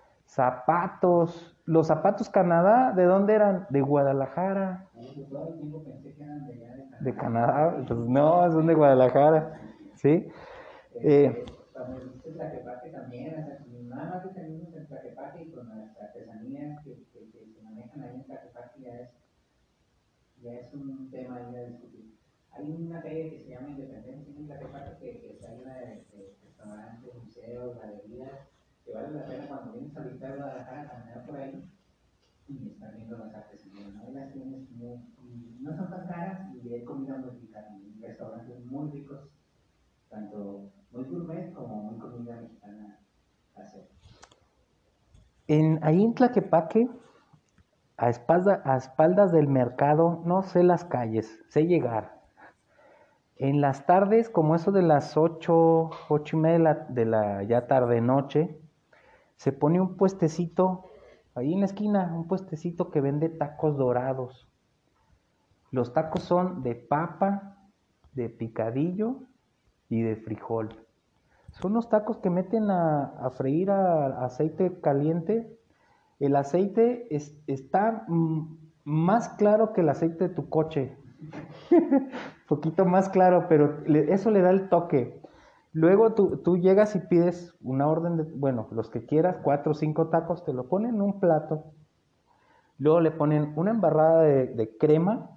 zapatos. Los zapatos Canadá, ¿de dónde eran? De Guadalajara. Yo todo el tiempo pensé que eran de allá de De Canadá. Canadá, pues no, son de Guadalajara, ¿sí? Eh, Este, cuando dijiste Tlaquepaque también, o sea, nada más que tenemos en Tlaquepaque y con las artesanías que, que, que se manejan ahí en Tlaquepaque ya es, ya es un tema ahí a discutir. Hay una calle que se llama Independencia en Tlaquepaque que, que está llena de, de restaurantes, museos, galerías, que vale la pena cuando vienes a visitar Guadalajara caminar por ahí y estar viendo las artesanías, ¿no? Y las tienes muy, no son tan caras y hay comida muy rica, y restaurantes muy ricos, tanto muy gourmet como muy comida mexicana casera. en, ahí en Tlaquepaque, a, espalda, a espaldas del mercado, no sé las calles, sé llegar. En las tardes, como eso de las ocho, ocho y media de la, de la ya tarde noche, se pone un puestecito, ahí en la esquina, un puestecito que vende tacos dorados. Los tacos son de papa, de picadillo y de frijol. Son unos tacos que meten a, a freír a, a aceite caliente. El aceite es, está mm, más claro que el aceite de tu coche. Poquito más claro, pero le, eso le da el toque. Luego tú, tú llegas y pides una orden de, bueno, los que quieras, cuatro o cinco tacos, te lo ponen en un plato. Luego le ponen una embarrada de, de crema.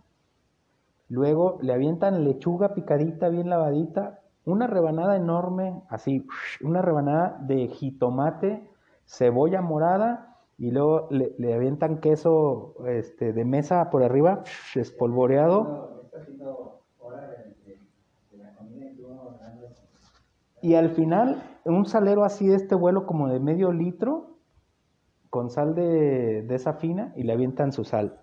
Luego le avientan lechuga picadita, bien lavadita, una rebanada enorme, así, una rebanada de jitomate, cebolla morada, y luego le, le avientan queso este, de mesa por arriba, espolvoreado. Está haciendo hora de, de, de la comida y tú hablando. Y al final, un salero así de este vuelo como de medio litro, con sal de, de esa fina, y le avientan su sal.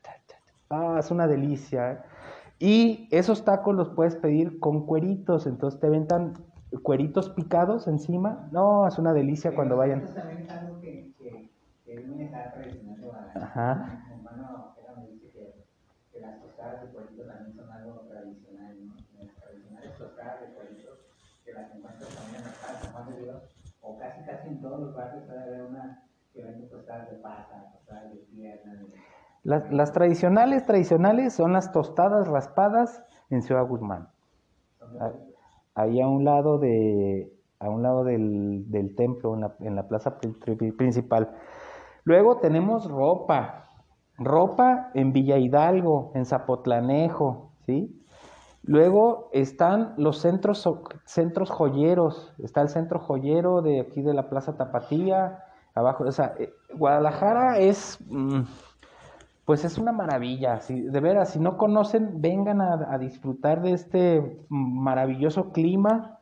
Ah, es una delicia, ¿eh? Y esos tacos los puedes pedir con cueritos, entonces te aventan cueritos picados encima. No, es una delicia Que cuando los vayan. cuentos también es algo que, que, que es muy acá tradicional de Guadalajara. Ajá. Mi hermano era me dice que, que las tostadas de cueritos también son algo tradicional, ¿no? Las tradicionales tostadas de cueritos que las encuentras también en la casa San Juan de Dios, o casi casi en todos los barrios puede haber una que vende tostadas de pata, tostadas de pierna, de, de Las, las huevo. tradicionales, tradicionales son las tostadas raspadas en Ciudad Guzmán. Son muy Ah, ricas. ahí a un lado de, a un lado del, del templo, en la, en la plaza pri- pri- principal. Luego tenemos ropa, ropa en Villa Hidalgo, en Zapotlanejo, ¿sí? Luego están los centros, centros joyeros, está el centro joyero de aquí de la Plaza Tapatía, abajo, o sea, eh, Guadalajara es, mm, pues es una maravilla, si, de veras, si no conocen, vengan a, a disfrutar de este maravilloso clima,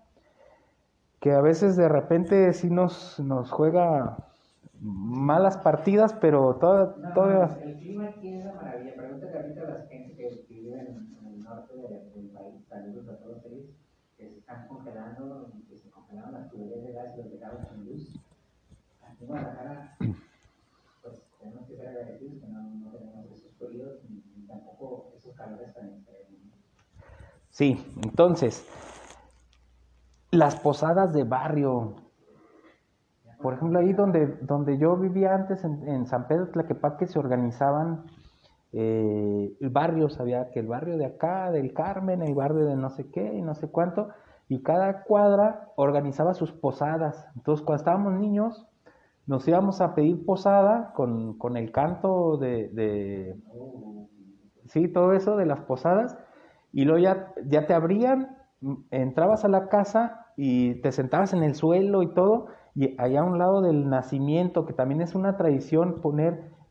que a veces de repente sí nos, nos juega malas partidas, pero toda, No, no, todas... el, el clima aquí es una maravilla. Pregúntale ahorita a la gente que, que vive en, en el norte de, del país, saludos a todos ellos, que se están congelando, que se congelaron las tuberías de gas y los dejaron sin luz. Aquí en Guadalajara, pues tenemos que ser agradecidos que no, no tenemos esos fríos ni, ni tampoco esos calores tan extremos. Sí, entonces, las posadas de barrio. Por ejemplo, ahí donde, donde yo vivía antes, en, en San Pedro Tlaquepaque, se organizaban eh, barrios, había que el barrio de acá, del Carmen, el barrio de no sé qué y no sé cuánto, y cada cuadra organizaba sus posadas. Entonces, cuando estábamos niños, nos íbamos a pedir posada con, con el canto de, de, sí, todo eso de las posadas, y luego ya, ya te abrían, entrabas a la casa y te sentabas en el suelo y todo, y allá a un lado del nacimiento, que también es una tradición poner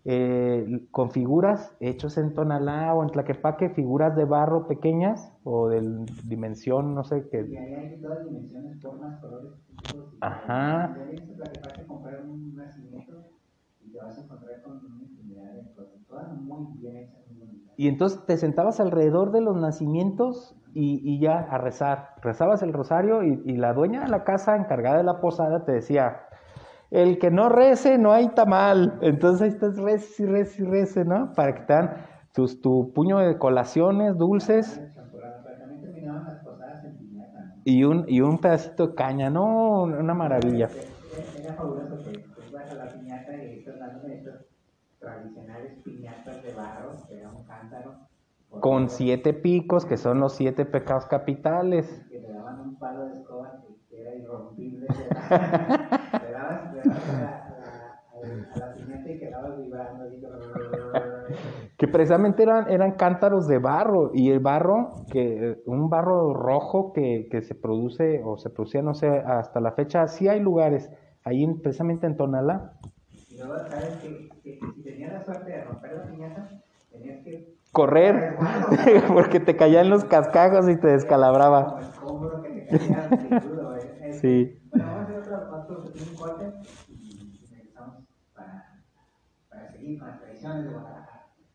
eh, con figuras hechos en Tonalá o en Tlaquepaque, figuras de barro pequeñas o de dimensión, no sé qué. Y ahí hay todas dimensiones, formas, colores, tipos y todo. Ajá. Ya vienes a Tlaquepaque a comprar un nacimiento y te vas a encontrar con una infinidad de cosas, todas muy bien hechas, muy bonitas. Y entonces te sentabas alrededor de los nacimientos y, y ya a rezar. Rezabas el rosario y, y la dueña de la casa encargada de la posada te decía, el que no rece no hay tamal. Entonces ahí estás rece y rece y rece, ¿no? Para que te dan tus, tu puño de colaciones, dulces Pero también terminaban las posadas en piñata, ¿no? y un, y un pedacito de caña, ¿no? Una maravilla. Era fabuloso que ibas a la piñata y estás dando de estas tradicionales piñatas de barro, que era un cántaro. Con siete picos, que son los siete pecados capitales. Que le daban un palo de escoba que era irrompible. Le dabas, le dabas a, la, a, la, a la piñata y quedabas vibrando. Así, que precisamente eran, eran cántaros de barro, y el barro, que un barro rojo que, que se produce, o se producía, no sé, hasta la fecha, sí hay lugares, ahí en, precisamente en Tonalá. Y luego, ¿sabes que, que, que si tenías la suerte de romper la piñata, tenías que correr, porque te caían los cascajos y te descalabraba. Como escombro que te caía picudo, ¿eh? Este, Sí. Bueno, vamos a hacer otro, otro pequeño corte y regresamos para, para seguir con las tradiciones de Guadalajara.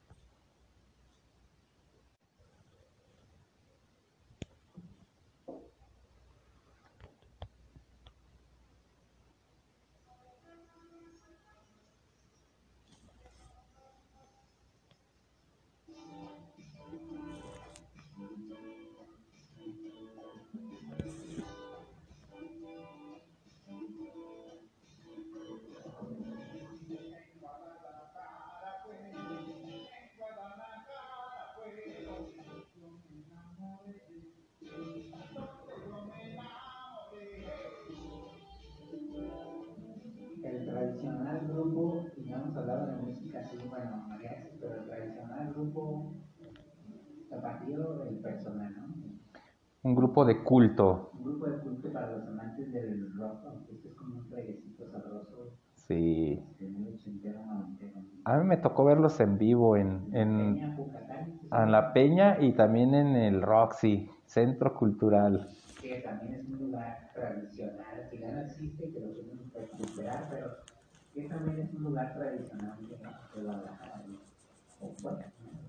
El tradicional grupo, y no hemos hablado de música así, bueno, mariachi, pero el tradicional grupo tapatío, el personal, ¿no? Un grupo de culto. Un grupo de culto para los amantes del rock, aunque este es como un trailecito sabroso. Sí. Este, muy ochentero, noventero. A mí me tocó verlos en vivo en, en, Peña, Jucatán, en La Peña y también en el Roxy, Centro Cultural. Que también es un lugar tradicional, que ya no existe, que lo quieren recuperar, pero que también es un lugar tradicional de, de Guadalajara. ¿No? Bueno,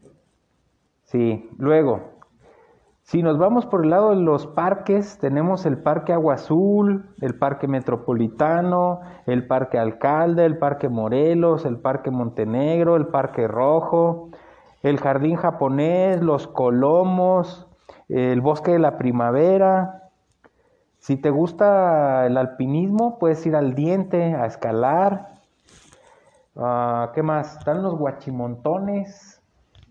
Sí, luego, si nos vamos por el lado de los parques, tenemos el Parque Agua Azul, el Parque Metropolitano, el Parque Alcalde, el Parque Morelos, el Parque Montenegro, el Parque Rojo, el Jardín Japonés, los Colomos, el Bosque de la Primavera. Si te gusta el alpinismo, puedes ir al Diente a escalar. Uh, ¿Qué más? Están los Huachimontones.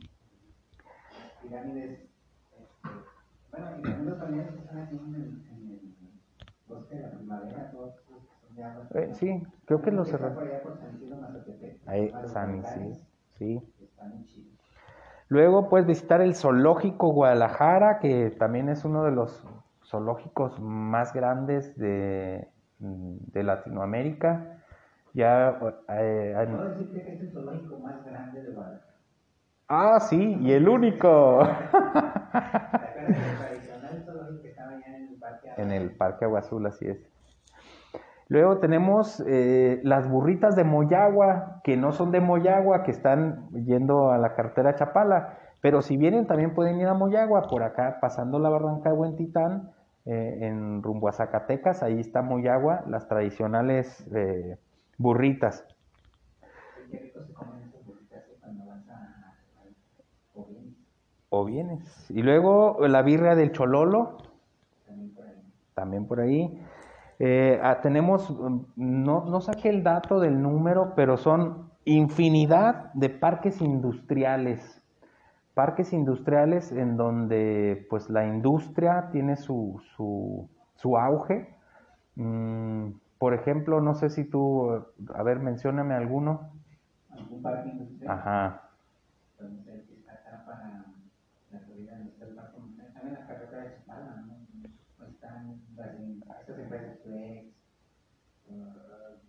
pirámides. Este, bueno, y también los balnearios que están aquí en el, en el Bosque de la Primavera, todos los que son de agua. Eh, sí, creo que los cerraron. Está por allá por San Isidro, Mazatepec. Ahí, San Isidro, sí. Está muy chido. Luego puedes visitar el Zoológico Guadalajara, que también es uno de los zoológicos más grandes de, de Latinoamérica. Ya, eh, eh, ¿Puedo decirte que es el zoológico más grande de Guadalajara? Ah, sí, y el único. ¿Te acuerdas del tradicional zoológico que estaba allá en el Parque Agua? En el Parque Agua Azul, así es. Luego tenemos eh, las burritas de Moyagua, que no son de Moyagua, que están yendo a la carretera Chapala, pero si vienen también pueden ir a Moyagua, por acá pasando la barranca de Huentitán, eh, en rumbo a Zacatecas, ahí está Moyagua, las tradicionales eh, burritas. ¿Qué rico se comen esas burritas cuando vas a, a, a o vienes? O vienes. Y luego la birria del Chololo, también por ahí. También por ahí. Eh, ah, tenemos, no, no saqué el dato del número, pero son infinidad de parques industriales. Parques industriales en donde pues la industria tiene su, su, su auge. Mm, por ejemplo, no sé si tú, a ver, mencióname alguno. ¿Algún parque industrial? Ajá. Pues no sé, que está acá para la Florida, no está el parque industrial. También la carretera de Chapala, ¿no? No están las, estas empresas Flex. Uh,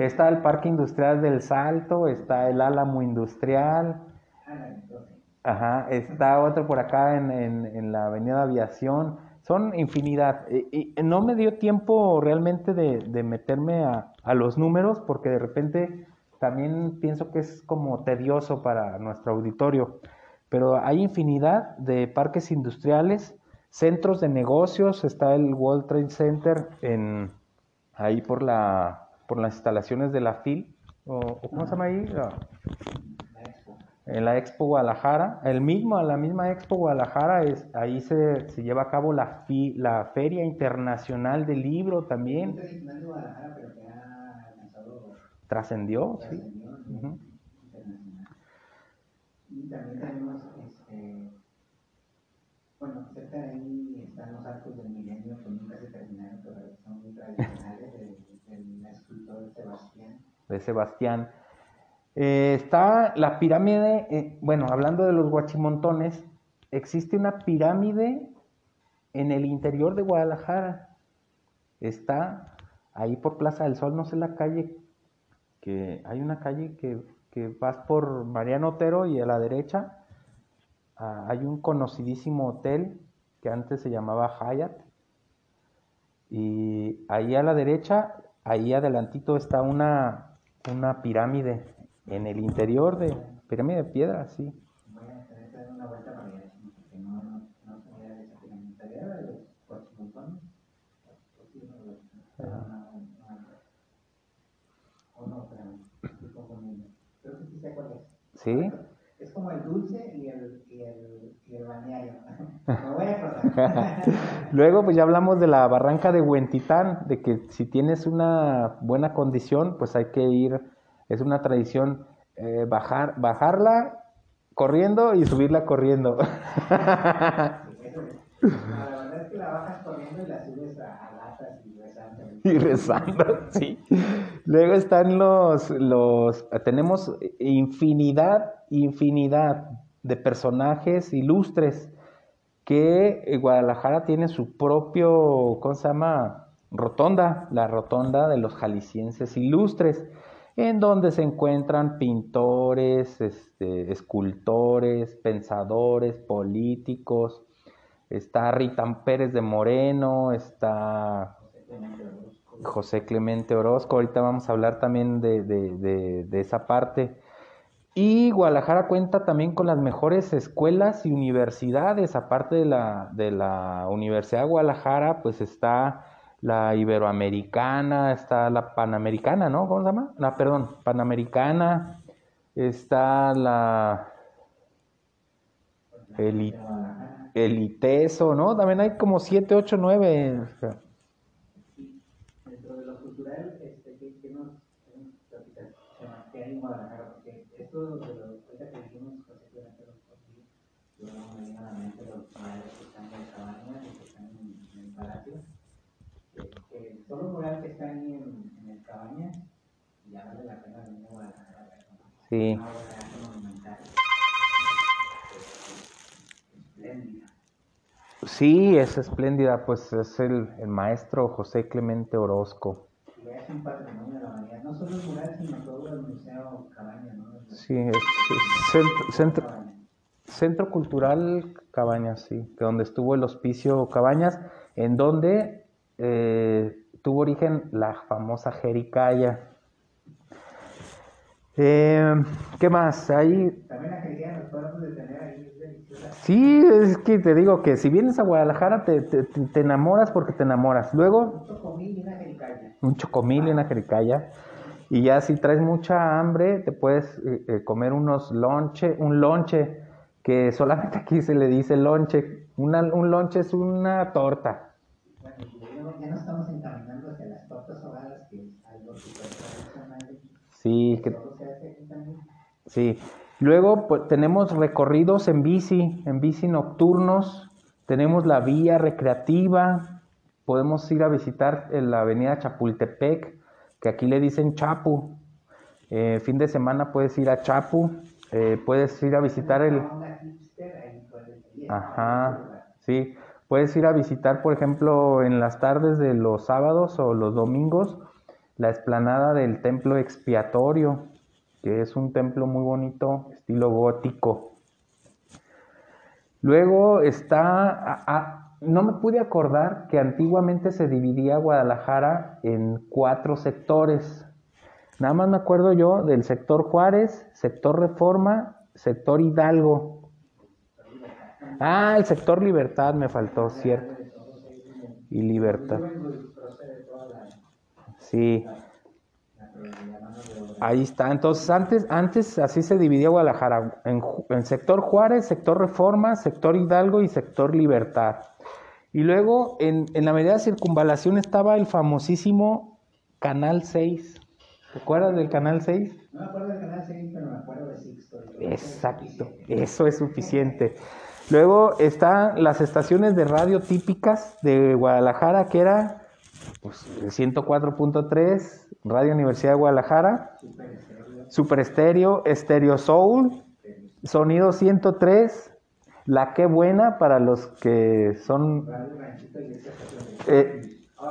Está el Parque Industrial del Salto, está el Álamo Industrial, Ah, la entonces. ajá, está otro por acá en, en, en la Avenida Aviación. Son infinidad. Y, y no me dio tiempo realmente de, de meterme a, a los números porque de repente también pienso que es como tedioso para nuestro auditorio. Pero hay infinidad de parques industriales, centros de negocios. Está el World Trade Center en, ahí por, la, por las instalaciones de la F I L. ¿O, o cómo se llama ahí? La, La expo. en la Expo Guadalajara, el mismo, la misma Expo Guadalajara, es, ahí se, se lleva a cabo la, fi, la Feria Internacional del Libro Es también. tradicional de Guadalajara, pero que ha alcanzado, Trascendió, sí. trascendió a nivel Uh-huh. internacional. Y también tenemos, este, bueno, cerca de ahí están los arcos del milenio que nunca se terminaron, pero son muy tradicionales, del, del escultor Sebastián. De Sebastián. Eh, está la pirámide, eh, bueno, hablando de los guachimontones, existe una pirámide en el interior de Guadalajara. Está ahí por Plaza del Sol, no sé la calle, que hay una calle que, que vas por Mariano Otero y a la derecha ah, hay un conocidísimo hotel que antes se llamaba Hyatt. Y ahí a la derecha, ahí adelantito está una, una pirámide en el interior de pirámide de piedra, sí. Voy a tener que dar una vuelta para allá, porque no, no, no sabía de esa pirámide. ¿Sabía de los Huachimontones? Pues sí, no, no, pero no, no, o no, pero estoy confundiendo. Creo que sí sé cuál es. Sí. Es como el dulce y el, y el, y el balneario. Me voy a acordar. Luego, pues ya hablamos de la barranca de Huentitán, de que si tienes una buena condición, pues hay que ir, es una tradición eh, bajar, bajarla corriendo y subirla corriendo. Sí, eso es. No, la verdad es que la bajas corriendo y la subes a, a latas y rezando. Y rezando, sí. Luego están los, los, tenemos infinidad, infinidad de personajes ilustres que Guadalajara tiene su propio, ¿cómo se llama? Rotonda, la rotonda de los jaliscienses ilustres, en donde se encuentran pintores, este, escultores, pensadores, políticos. Está Rita Pérez de Moreno, está José Clemente Orozco, ahorita vamos a hablar también de, de, de, de esa parte. Y Guadalajara cuenta también con las mejores escuelas y universidades, aparte de la, de la Universidad de Guadalajara, pues está la Iberoamericana, está la Panamericana, ¿no? ¿Cómo se llama? No, perdón, Panamericana, está la el, el ITESO, ¿no? También hay como siete, ocho, nueve. O sea, dentro de lo cultural, este, ¿qué, qué nos platicas? ¿Qué hay en Guadalajara? Porque esto de lo ahorita que dijimos, José Clemente Orozco, yo no me viene a la mente los murales que están en Cabañas y que están en, en el Palacio. Este, solo un mural que está ahí en, en el Cabañas, ya vale la pena venir a Guadalajara. sí. Una obra monumental, espléndida. Sí, es espléndida, pues es el, el maestro José Clemente Orozco. Es un patrimonio de la humanidad, no solo el mural, sino todo el Museo Cabañas, ¿no? Sí, es, es centro, centro, Centro Cultural Cabañas, sí, que donde estuvo el Hospicio Cabañas, en donde eh, tuvo origen la famosa Jericaya. Eh, ¿Qué más? Ahí... También la Jericaya nos podemos detener ahí, es deliciosa. Sí, es que te digo que si vienes a Guadalajara te, te, te enamoras porque te enamoras. Luego... Un chocomil y una Jericaya. Un chocomil y una Jericaya. Y ya si traes mucha hambre, te puedes eh, eh, comer unos lonche, un lonche, que solamente aquí se le dice lonche. Una, un lonche es una torta. Bueno, ya, ya nos estamos encaminando hacia las tortas ahogadas, que es algo súper tradicional. Sí, que que, solo se hace aquí también. sí. Luego pues, tenemos recorridos en bici, en bici nocturnos. Tenemos la vía recreativa. Podemos ir a visitar la avenida Chapultepec, que aquí le dicen Chapu. Eh, fin de semana puedes ir a Chapu, eh, puedes ir a visitar el... Ajá, sí. Puedes ir a visitar, por ejemplo, en las tardes de los sábados o los domingos, la explanada del templo expiatorio, que es un templo muy bonito, estilo gótico. Luego está, a, a, no me pude acordar que antiguamente se dividía Guadalajara en cuatro sectores. Nada más me acuerdo yo del sector Juárez, sector Reforma, sector Hidalgo. Ah, el sector Libertad me faltó, cierto. Y Libertad. Sí. Ahí está. Entonces, antes, antes así se dividía Guadalajara en, en sector Juárez, sector Reforma, sector Hidalgo y sector Libertad. Y luego en, en la medida de circunvalación estaba el famosísimo Canal seis. ¿Te acuerdas del Canal seis? No me acuerdo del Canal seis, pero me acuerdo de Sixto. Exacto, eso es suficiente. Luego están las estaciones de radio típicas de Guadalajara, que era pues, el ciento cuatro punto tres, Radio Universidad de Guadalajara, Super Estéreo, Estéreo Soul, Sonido ciento tres, La Qué Buena para los que son... Eh,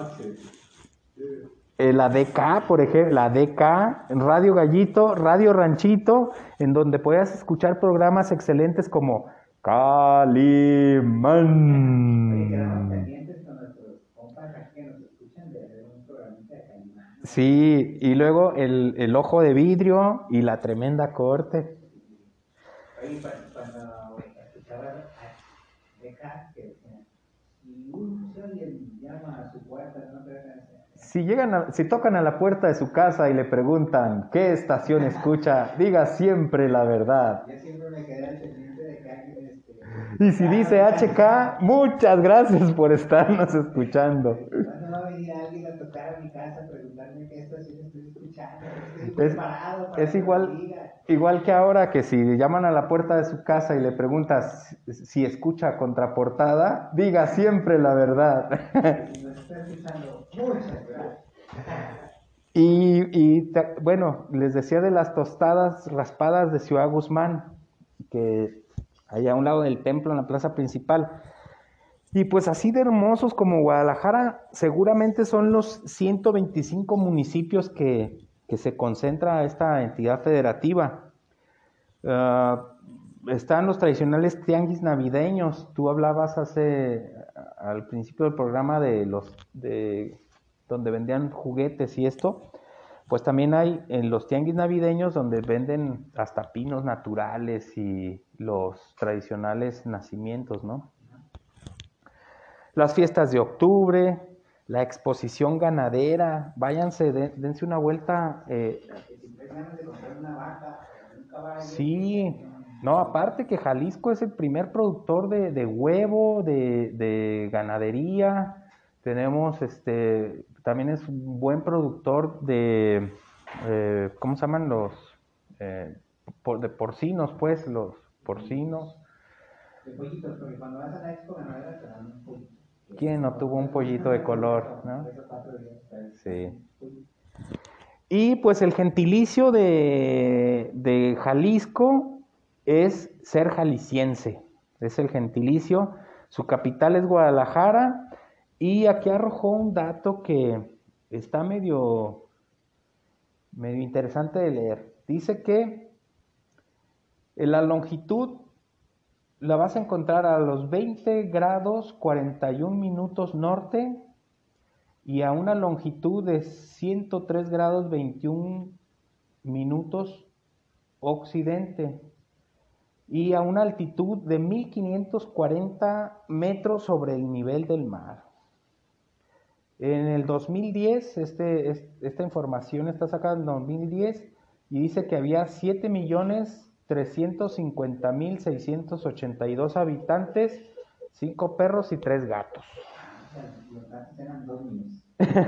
eh, la D K, por ejemplo, la D K, Radio Gallito, Radio Ranchito, en donde podías escuchar programas excelentes como Calimán. Sí, y luego el, el Ojo de Vidrio y La Tremenda Corte. Oye, cuando escuchaba a D K, que decía, si un alguien llama a su puerta, no te dejan hacer. Si, llegan a, si tocan a la puerta de su casa y le preguntan qué estación escucha, diga siempre la verdad. Yo siempre me quedé al pendiente de K. Este, y si dice H K, muchas gracias por estarnos escuchando. ¿Cuándo va a venir alguien a tocar a mi casa a preguntarme qué estación estoy escuchando? Estoy Es, preparado para es igual, que me diga. igual que ahora que si llaman a la puerta de su casa y le preguntas si escucha contraportada, diga siempre la verdad. Si nos está escuchando, muchas gracias. Y, y bueno, les decía de las tostadas raspadas de Ciudad Guzmán, que hay a un lado del templo en la plaza principal. Y pues así de hermosos como Guadalajara, seguramente son los ciento veinticinco municipios que, que se concentra esta entidad federativa. Uh, están los tradicionales tianguis navideños. Tú hablabas hace al principio del programa de los de donde vendían juguetes y esto. Pues también hay en los tianguis navideños donde venden hasta pinos naturales y los tradicionales nacimientos, ¿no? Las fiestas de octubre, la exposición ganadera, váyanse, de, dense una vuelta. Eh, sí, no, aparte que Jalisco es el primer productor de, de huevo, de, de ganadería. Tenemos, este, también es un buen productor de, eh, ¿cómo se llaman los? Eh, por, de porcinos, pues, los porcinos. De pollitos, porque cuando vas a la expo ganadera te dan un pollito. ¿Quién no tuvo un pollito de color, no? Sí. Y pues el gentilicio de, de Jalisco es ser jalisciense, es el gentilicio. Su capital es Guadalajara. Y aquí arrojó un dato que está medio, medio interesante de leer. Dice que en la longitud la vas a encontrar a los veinte grados cuarenta y un minutos norte y a una longitud de ciento tres grados veintiún minutos occidente y a una altitud de mil quinientos cuarenta metros sobre el nivel del mar. En el dos mil diez, este, esta información está sacada en dos mil diez y dice que había siete millones trescientos cincuenta mil seiscientos ochenta y dos habitantes, cinco perros y tres gatos. Los gatos eran dos niños.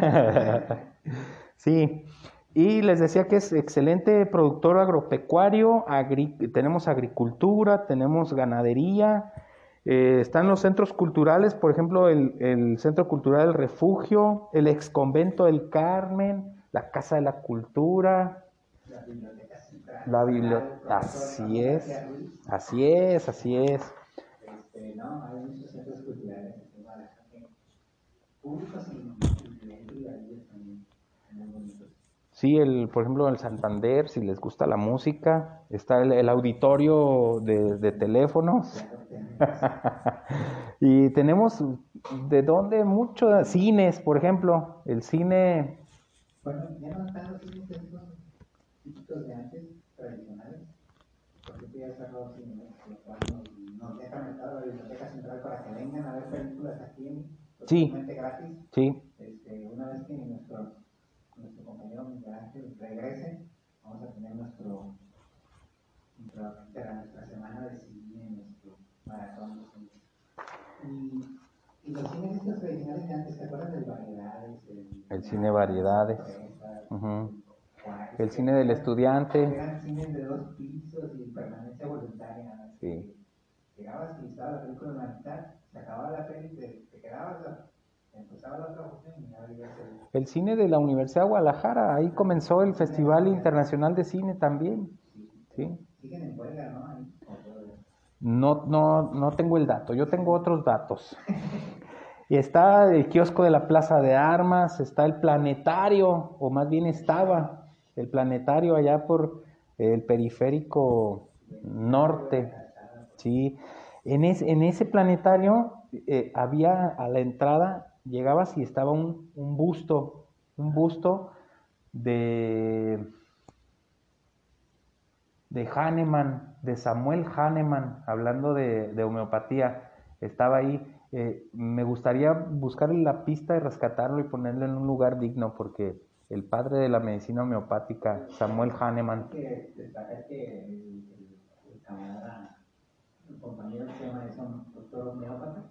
Sí, y les decía que es excelente productor agropecuario, agri tenemos agricultura, tenemos ganadería. Eh, están los centros culturales, por ejemplo, el, el Centro Cultural del Refugio, el Exconvento del Carmen, la Casa de la Cultura, La biblioteca central. la biblioteca. Así es, así es, así es. Este, no, hay muchos centros culturales en Guadalajara, públicos y privados también. muy bonitos. Sí, el, por ejemplo, el Santander, si les gusta la música, está el, el auditorio de, de teléfonos. Claro, tenemos. Y tenemos de dónde muchos cines, por ejemplo, el cine, Bueno, ya no están los cines esos típicos de antes, tradicionales, porque esto ya cerró cine, lo cual nos, nos deja meter a la biblioteca central para que vengan a ver películas aquí sí, totalmente gratis. sí, Este, una vez que nuestro, nuestro compañero Miguel Ángel regrese, vamos a tener nuestro, nuestra, nuestra semana de cine, nuestro maratón de cine. Y, y los cines estos tradicionales de antes, ¿te acuerdas del Variedades? El, el cine Cinemas, variedades, Sorpresas, ujú, el Juárez, el que cine del eran, estudiante, eran cines de dos pisos y permanencia voluntaria, ¿no? sí. Que llegabas y estaba la película en la mitad, se acababa la peli, te, te quedabas, empezaba la otra función y ya veías el... El cine de la Universidad de Guadalajara, ahí comenzó el Festival Internacional de Cine también, Sí, ¿sí? siguen en huelga, ¿no? Ahí, o todavía. No, no, no tengo el dato, yo tengo otros datos. Y está el kiosco de la Plaza de Armas, está el planetario, o más bien estaba el planetario allá por el periférico norte. Sí, en, es, en ese planetario eh, había a la entrada, llegabas y estaba un, un busto, un busto de, de Hahnemann, de Samuel Hahnemann, hablando de, de homeopatía, estaba ahí. Eh, me gustaría buscarle la pista y rescatarlo y ponerlo en un lugar digno, porque el padre de la medicina homeopática, Samuel Hahnemann. Hay que destacar que el, el, el camarada, el compañero que se llama es un doctor homeópata,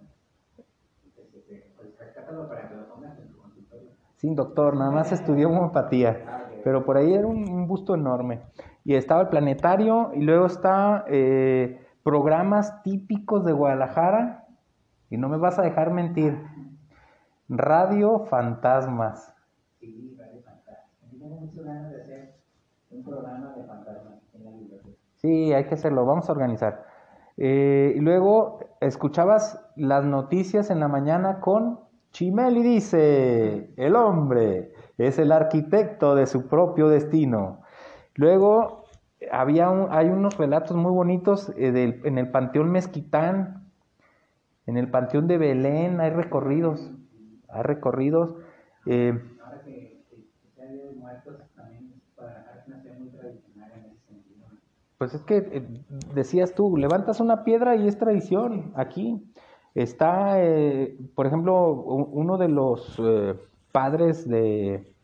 pues rescátalo para que lo pongas en tu consultorio. Sí, doctor, nada más estudió homeopatía, pero por ahí era un, un busto enorme. Y estaba el planetario y luego está eh, programas típicos de Guadalajara, y no me vas a dejar mentir, Radio Fantasmas. Sí, Radio Fantasmas. Tengo muchas ganas de hacer un programa de fantasmas en la biblioteca. Sí, hay que hacerlo, vamos a organizar. Eh, y luego escuchabas las noticias en la mañana con Chimeli dice, el hombre es el arquitecto de su propio destino. Luego había un, hay unos relatos muy bonitos eh, del, en el Panteón Mezquitán, en el Panteón de Belén, hay recorridos, hay recorridos. Eh, Ahora que, que, que sea Día de Muertos, también Guadalajara es una ciudad muy tradicional en ese sentido. Pues es que eh, decías tú, levantas una piedra y es tradición. Aquí está, eh, por ejemplo, uno de los eh, padres de,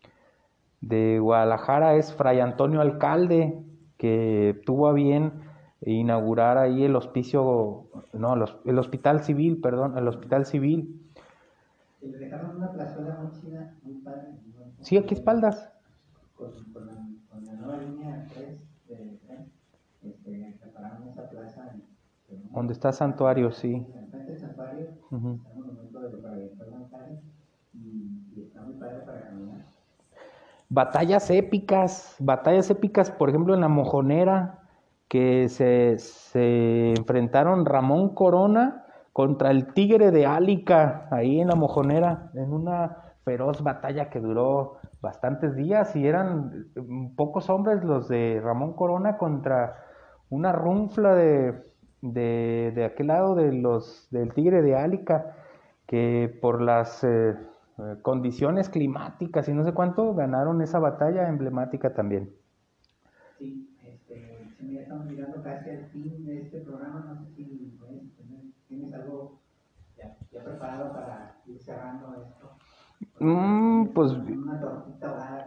de Guadalajara es Fray Antonio Alcalde, que tuvo a bien inaugurar ahí el hospicio, no, los- el hospital civil, perdón, el hospital civil. Y le dejaron una plazuela muy chida, muy padre, muy, Sí, aquí espaldas, con, con, la, con la nueva línea tres de tren, este, prepararon esa plaza en, en donde está Santuario, sí. en frente del santuario, Uh-huh. está el monumento de Fray Antonio Alcalde y, y está muy padre para caminar. Batallas épicas, batallas épicas, por ejemplo, en la Mojonera, que se, se enfrentaron Ramón Corona contra el Tigre de Álica, ahí en la Mojonera, en una feroz batalla que duró bastantes días y eran pocos hombres los de Ramón Corona contra una runfla de, de, de aquel lado de los, del Tigre de Álica, que por las eh, eh, condiciones climáticas y no sé cuánto ganaron esa batalla emblemática también. Sí, este, si ya estamos llegando casi al fin de este programa, no sé si pues, tienes algo ya, ya preparado para ir cerrando esto. Mm, pues Una tortita ahogada